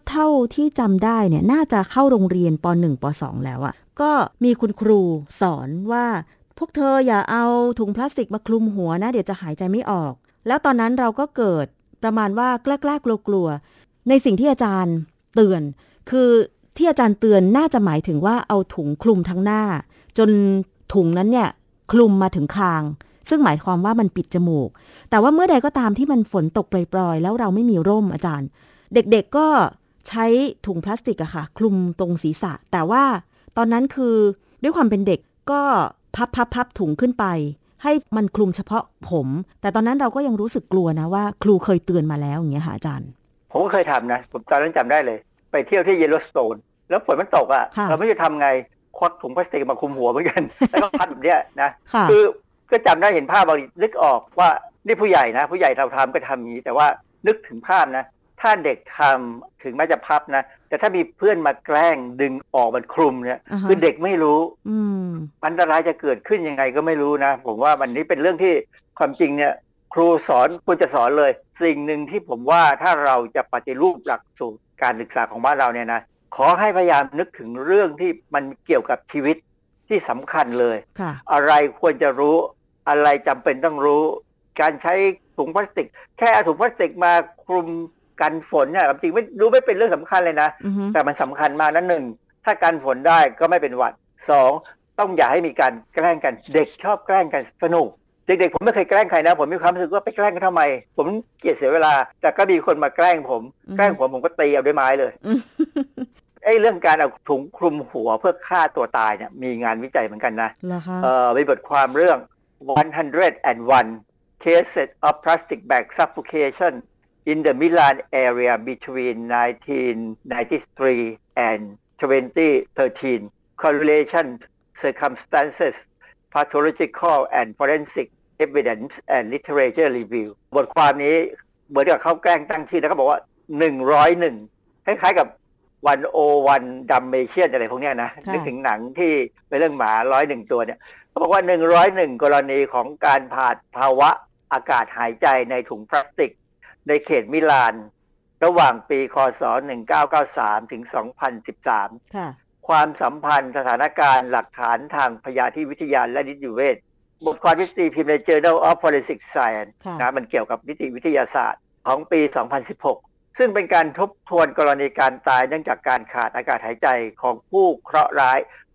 เท่าที่จำได้เนี่ยน่าจะเข้าโรงเรียนป .1 ป .2 แล้วอะก็มีคุณครูสอนว่าพวกเธออย่าเอาถุงพลาสติกมาคลุมหัวนะเดี๋ยวจะหายใจไม่ออกแล้วตอนนั้นเราก็เกิดประมาณว่ากล้าๆกลัวๆในสิ่งที่อาจารย์เตือนคือที่อาจารย์เตือนน่าจะหมายถึงว่าเอาถุงคลุมทั้งหน้าจนถุงนั้นเนี่ยคลุมมาถึงคางซึ่งหมายความว่ามันปิดจมูกแต่ว่าเมื่อใดก็ตามที่มันฝนตกปล่อยๆแล้วเราไม่มีร่มอาจารย์เด็กๆก็ใช้ถุงพลาสติกอะค่ะคลุมตรงศีรษะแต่ว่าตอนนั้นคือด้วยความเป็นเด็กก็พับถุงขึ้นไปให้มันคลุมเฉพาะผมแต่ตอนนั้นเราก็ยังรู้สึกกลัวนะว่าครูเคยเตือนมาแล้วอย่างเงี้ยค่ะอาจารย์ผมก็เคยทำนะผมตอนนั้นจำได้เลยไปเที่ยวที่เยลโลสโตนแล้วฝนมันตกอ่ะเราไม่รู้จะทำไงควักถุงพลาสติกมาคลุมหัวเหมือนกันแล้วก็พัดแบบเนี้ยนะคือก็จำได้เห็นภาพบางนึกออกว่านี่ผู้ใหญ่นะผู้ใหญ่เราทำก็ทำอย่างนี้แต่ว่านึกถึงภาพนะถ้าเด็กทำถึงแม้จะพับนะแต่ถ้ามีเพื่อนมาแกล้งดึงออกมันคลุมเนี่ยคือเด็กไม่รู้อันตรายจะเกิดขึ้นยังไงก็ไม่รู้นะผมว่ามันนี้เป็นเรื่องที่ความจริงเนี่ยครูสอนควรจะสอนเลยสิ่งหนึ่งที่ผมว่าถ้าเราจะปฏิรูปหลักสูตรการศึกษาของบ้านเราเนี่ยนะขอให้พยายามนึกถึงเรื่องที่มันเกี่ยวกับชีวิตที่สำคัญเลยอะไรควรจะรู้อะไรจำเป็นต้องรู้การใช้ถุงพลาสติกแค่เอาถุงพลาสติกมาคลุมกันฝนเนี่ยจริงไม่รู้ไม่เป็นเรื่องสำคัญเลยนะแต่มันสำคัญมากนั่นหนึ่งถ้ากันฝนได้ก็ไม่เป็นหวัดสองต้องอย่าให้มีการแกล้งกันเด็กชอบแกล้งกันสนุกเด็กๆผมไม่เคยแกล้งใครนะผมมีความรู้สึกว่าไปแกล้งกันทำไมผมเกลียดเสียเวลาแต่ก็มีคนมาแกล้งผมก็ตีเอาด้วยไม้เลยเรื่องการเอาถุงคลุมหัวเพื่อฆ่าตัวตายเนี่ยมีงานวิจัยเหมือนกันนะมีบทความเรื่อง101 cases of plastic bag suffocation in the Milan area between 1993 and 2013 correlation circumstances pathological and forensic evidence and literature review บทความนี้เหมือนกับเขาแกล้งตั้งชื่อแล้วเขาบอกว่า101คล้ายๆกับ101 Dalmatian อะไรพวกนี้นะนึกถึงหนังที่เป็นเรื่องหมา101ตัวเนี่ยเขาบอกว่า101กรณีของการผ่านภาวะอากาศหายใจในถุงพลาสติกในเขตมิลานระหว่างปีคศ1993ถึง2013ความสัมพันธ์สถานการณ์หลักฐานทางพยาธิวิทยาและนิติเวชบทความที่ตีพิมพ์ใน Journal of Forensic Science นะมันเกี่ยวกับนิติวิทยาศาสตร์ของปี2016ซึ่งเป็นการทบทวนกรณีการตายเนื่องจากการขาดอากาศหายใจของผู้เคราะห์ร้าย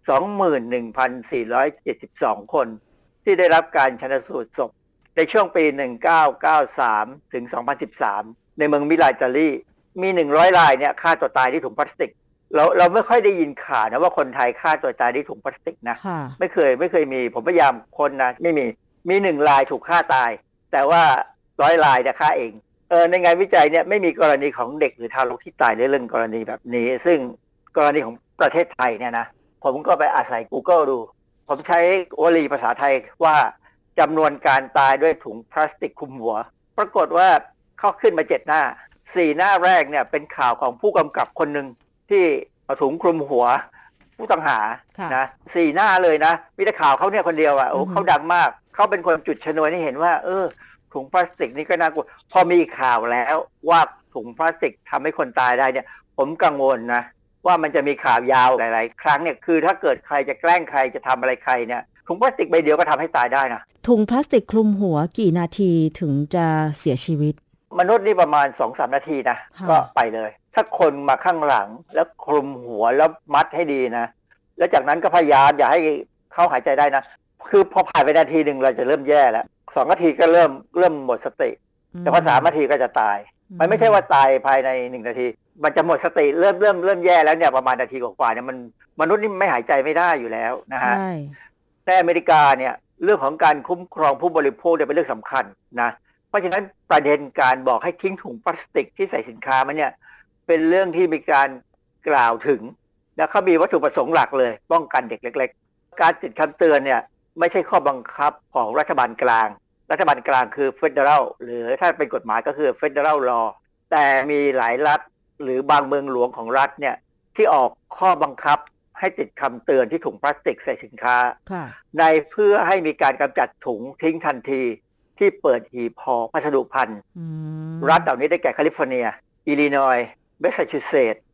21,472 คนที่ได้รับการชันสูตรศพในช่วงปี 1993 ถึง 2013 ในเมืองมิลานอิตาลีมี 100 รายเนี่ยฆ่าตัวตายที่ถุงพลาสติกเราไม่ค่อยได้ยินข่าวนะว่าคนไทยฆ่าตัวตายที่ถุงพลาสติกนะไม่เคยมีผมพยายามค้นนะไม่มี1รายถูกฆ่าตายแต่ว่า100 รายเนี่ยฆ่าเองในงานวิจัยเนี่ยไม่มีกรณีของเด็กหรือทารกที่ตายในเรื่องกรณีแบบนี้ซึ่งกรณีของประเทศไทยเนี่ยนะผมก็ไปอาศัย Google ดูผมใช้วลีภาษาไทยว่าจำนวนการตายด้วยถุงพลาสติกคลุมหัวปรากฏว่าเข้าขึ้นมา7 หน้า 4 หน้าแรกเนี่ยเป็นข่าวของผู้กำกับคนหนึ่งที่เอาถุงคลุมหัวผู้ต้องหานะ4 หน้าเลยนะมีแต่ข่าวเขาเนี่ยคนเดียวอ่ะโอ้เขาดังมากเขาเป็นคนจุดชนวนให้เห็นว่าถุงพลาสติกนี่ก็น่ากลัวพอมีข่าวแล้วว่าถุงพลาสติกทำให้คนตายได้เนี่ยผมกังวลนะว่ามันจะมีข่าวยาวหลายๆครั้งเนี่ยคือถ้าเกิดใครจะแกล้งใครจะทำอะไรใครเนี่ยถุงพลาสติกใบเดียวก็ทำให้ตายได้นะถุงพลาสติกคลุมหัวกี่นาทีถึงจะเสียชีวิตมนุษย์นี่ประมาณ 2-3 นาทีนะก็ไปเลยถ้าคนมาข้างหลังแล้วคลุมหัวแล้วมัดให้ดีนะแล้วจากนั้นก็พยายามอย่าให้เขาหายใจได้นะคือพอผ่านไปนาทีหนึ่งเราจะเริ่มแย่แล้ว2 นาทีก็เริ่มหมดสติแต่พอ3 นาทีก็จะตายมันไม่ใช่ว่าตายภายใน1 นาทีมันจะหมดสติเริ่มแย่แล้วเนี่ยประมาณนาทีกว่าๆเนี่ยมนุษย์นี่ไม่หายใจไม่ได้อยู่แล้วนะฮะในอเมริกาเนี่ยเรื่องของการคุ้มครองผู้บริโภคเนี่ยเป็นเรื่องสำคัญนะเพราะฉะนั้นประเด็นการบอกให้ทิ้งถุงพลาสติกที่ใส่สินค้ามันเนี่ยเป็นเรื่องที่มีการกล่าวถึงและเขามีวัตถุประสงค์หลักเลยป้องกันเด็กเล็กๆการติดคำเตือนเนี่ยไม่ใช่ข้อบังคับของรัฐบาลกลางคือ Federal หรือถ้าเป็นกฎหมายก็คือ Federal Law แต่มีหลายรัฐหรือบางเมืองหลวงของรัฐเนี่ยที่ออกข้อบังคับให้ติดคำเตือนที่ถุงพลาสติกใส่สินค้าในเพื่อให้มีการกำจัดถุงทิ้งทันทีที่เปิดหีบห่อพัสดุภัณฑ์รัฐเหล่านี้ได้แก่แคลิฟอร์เนียอิลลินอยส์แมสซาชูเซตส์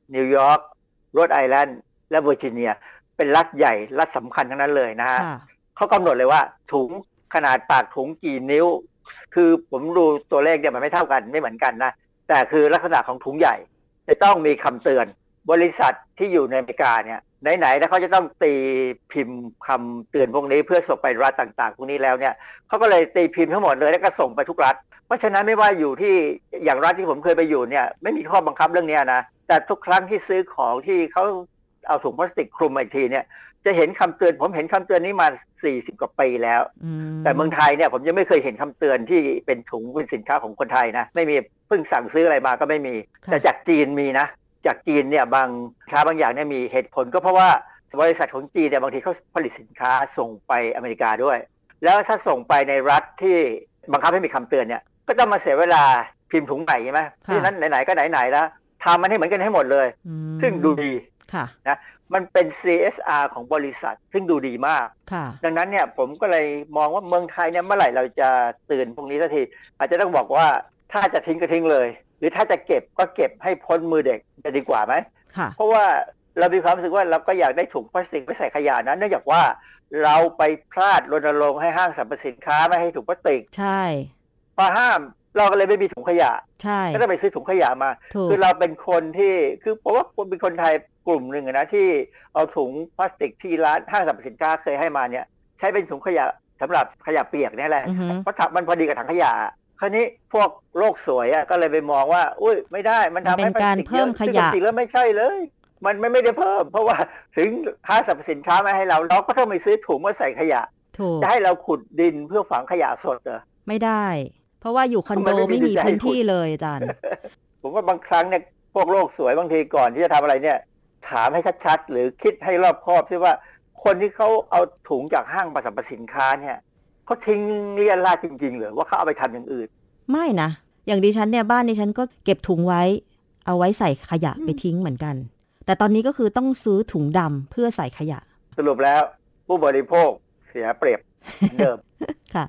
นิวยอร์กโรดไอแลนด์และเวอร์จิเนียเป็นรัฐใหญ่รัฐสำคัญทั้งนั้นเลยนะฮะเขากำหนดเลยว่าถุงขนาดปากถุงกี่นิ้วคือผมดูตัวเลขเนี่ยมันไม่เท่ากันไม่เหมือนกันนะแต่คือลักษณะของถุงใหญ่จะต้องมีคำเตือนบริษัทที่อยู่ในอเมริกาเนี่ยไหนๆแล้วเขาจะต้องตีพิมพ์คำเตือนพวกนี้เพื่อส่งไปรัฐต่างๆพวกนี้แล้วเนี่ยเขาก็เลยตีพิมพ์ทั้งหมดเลยแล้วก็ส่งไปทุกรัฐเพราะฉะนั้นไม่ว่าอยู่ที่อย่างรัฐที่ผมเคยไปอยู่เนี่ยไม่มีข้อบังคับเรื่องนี้นะแต่ทุกครั้งที่ซื้อของที่เขาเอาถุงพลาสติกคลุมอีกทีเนี่ยจะเห็นคำเตือนผมเห็นคำเตือนนี้มา40 กว่าปีแล้วแต่เมืองไทยเนี่ยผมยังไม่เคยเห็นคำเตือนที่เป็นถุงเป็นสินค้าของคนไทยนะไม่มีเพิ่งสั่งซื้ออะไรมาก็ไม่มีแต่จากจีนมีนะจากจีนเนี่ยบางค้าบางอย่างเนี่ยมีเหตุผลก็เพราะว่าบริษัทของจีนเนี่ยบางทีเขาผลิตสินค้าส่งไปอเมริกาด้วยแล้วถ้าส่งไปในรัฐที่บังคับให้มีคำเตือนเนี่ยก็ต้องมาเสียเวลาพิมพ์ถุงใหม่ใช่ไหมเพราะฉะนั้นไหนๆก็ไหนๆแล้วทำมันให้เหมือนกันให้หมดเลยซึ่งดูดีนะมันเป็น CSR ของบริษัทซึ่งดูดีมากดังนั้นเนี่ยผมก็เลยมองว่าเมืองไทยเนี่ยเมื่อไหร่เราจะตื่นพวกนี้สักทีอาจจะต้องบอกว่าถ้าจะทิ้งก็ทิ้งเลยหรือถ้าจะเก็บก็เก็บให้พ้นมือเด็กจะดีกว่าไหมเพราะว่าเรามีความรู้สึกว่าเราก็อยากได้ถุงพลาสติกไปใส่ขยะนั้นเนื่องจากว่าเราไปพลาดรณรงค์ให้ห้างสรรพสินค้าไม่ให้ถุงพลาสติกใช่พอห้ามเราก็เลยไม่มีถุงขยะใช่ก็ต้องไปซื้อถุงขยะมาคือเราเป็นคนที่คือผมว่าคนเป็นคนไทยกลุ่มหนึ่งนะที่เอาถุงพลาสติกที่ร้านห้างสรรพสินค้าเคยให้มาเนี่ยใช้เป็นถุงขยะสำหรับขยะเปียกนี่แหละเพราะมันพอดีกับถังขยะคราวนี้พวกโลกสวยก็เลยไปมองว่าอุ้ยไม่ได้มันทำให้พลาสติกเพิ่มขยะจริงๆแล้วไม่ใช่เลยมันไม่ได้เพิ่มเพราะว่าถึงห้างสรรพสินค้าไม่ให้เราก็ต้องไปซื้อถุงมาใส่ขยะจะให้เราขุดดินเพื่อฝังขยะสดเหรอไม่ได้เพราะว่าอยู่คอนโดไม่มีพื้นที่เลยอาจารย์ผมว่าบางครั้งเนี่ยพวกโลกสวยบางทีก่อนที่จะทำอะไรเนี่ยถามให้ชัดๆหรือคิดให้รอบคอบซิว่าคนที่เขาเอาถุงจากห้างสรรพสินค้าเนี่ยเขาทิ้งเลี่ยราดจริงๆหรือว่าเขาเอาไปทำอย่างอื่นไม่นะอย่างดิฉันเนี่ยบ้านดิฉันก็เก็บถุงไว้เอาไว้ใส่ขยะไปทิ้งเหมือนกันแต่ตอนนี้ก็คือต้องซื้อถุงดำเพื่อใส่ขยะสรุปแล้วผู้บริโภคเสียเปรียบเดิมค่ะ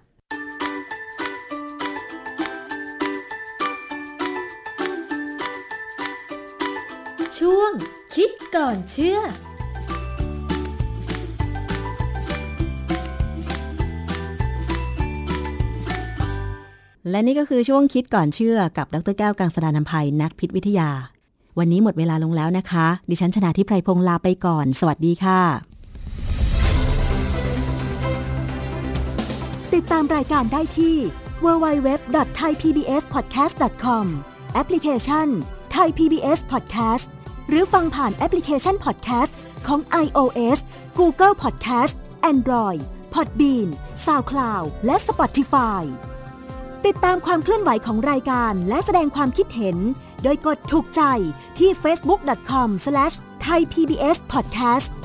ช่วงคิดก่อนเชื่อและนี่ก็คือช่วงคิดก่อนเชื่อกับดร.แก้วกังสดาลอำไพนักพิษวิทยาวันนี้หมดเวลาลงแล้วนะคะดิฉันชนาธิไพรพงษ์ลาไปก่อนสวัสดีค่ะติดตามรายการได้ที่ www.thaipbspodcast.com แอปพลิเคชัน Thai PBS Podcast หรือฟังผ่านแอปพลิเคชัน Podcast ของ iOS Google Podcast Android Podbean SoundCloud และ Spotify ติดตามความเคลื่อนไหวของรายการและแสดงความคิดเห็นโดยกดถูกใจที่ facebook.com/thaipbspodcast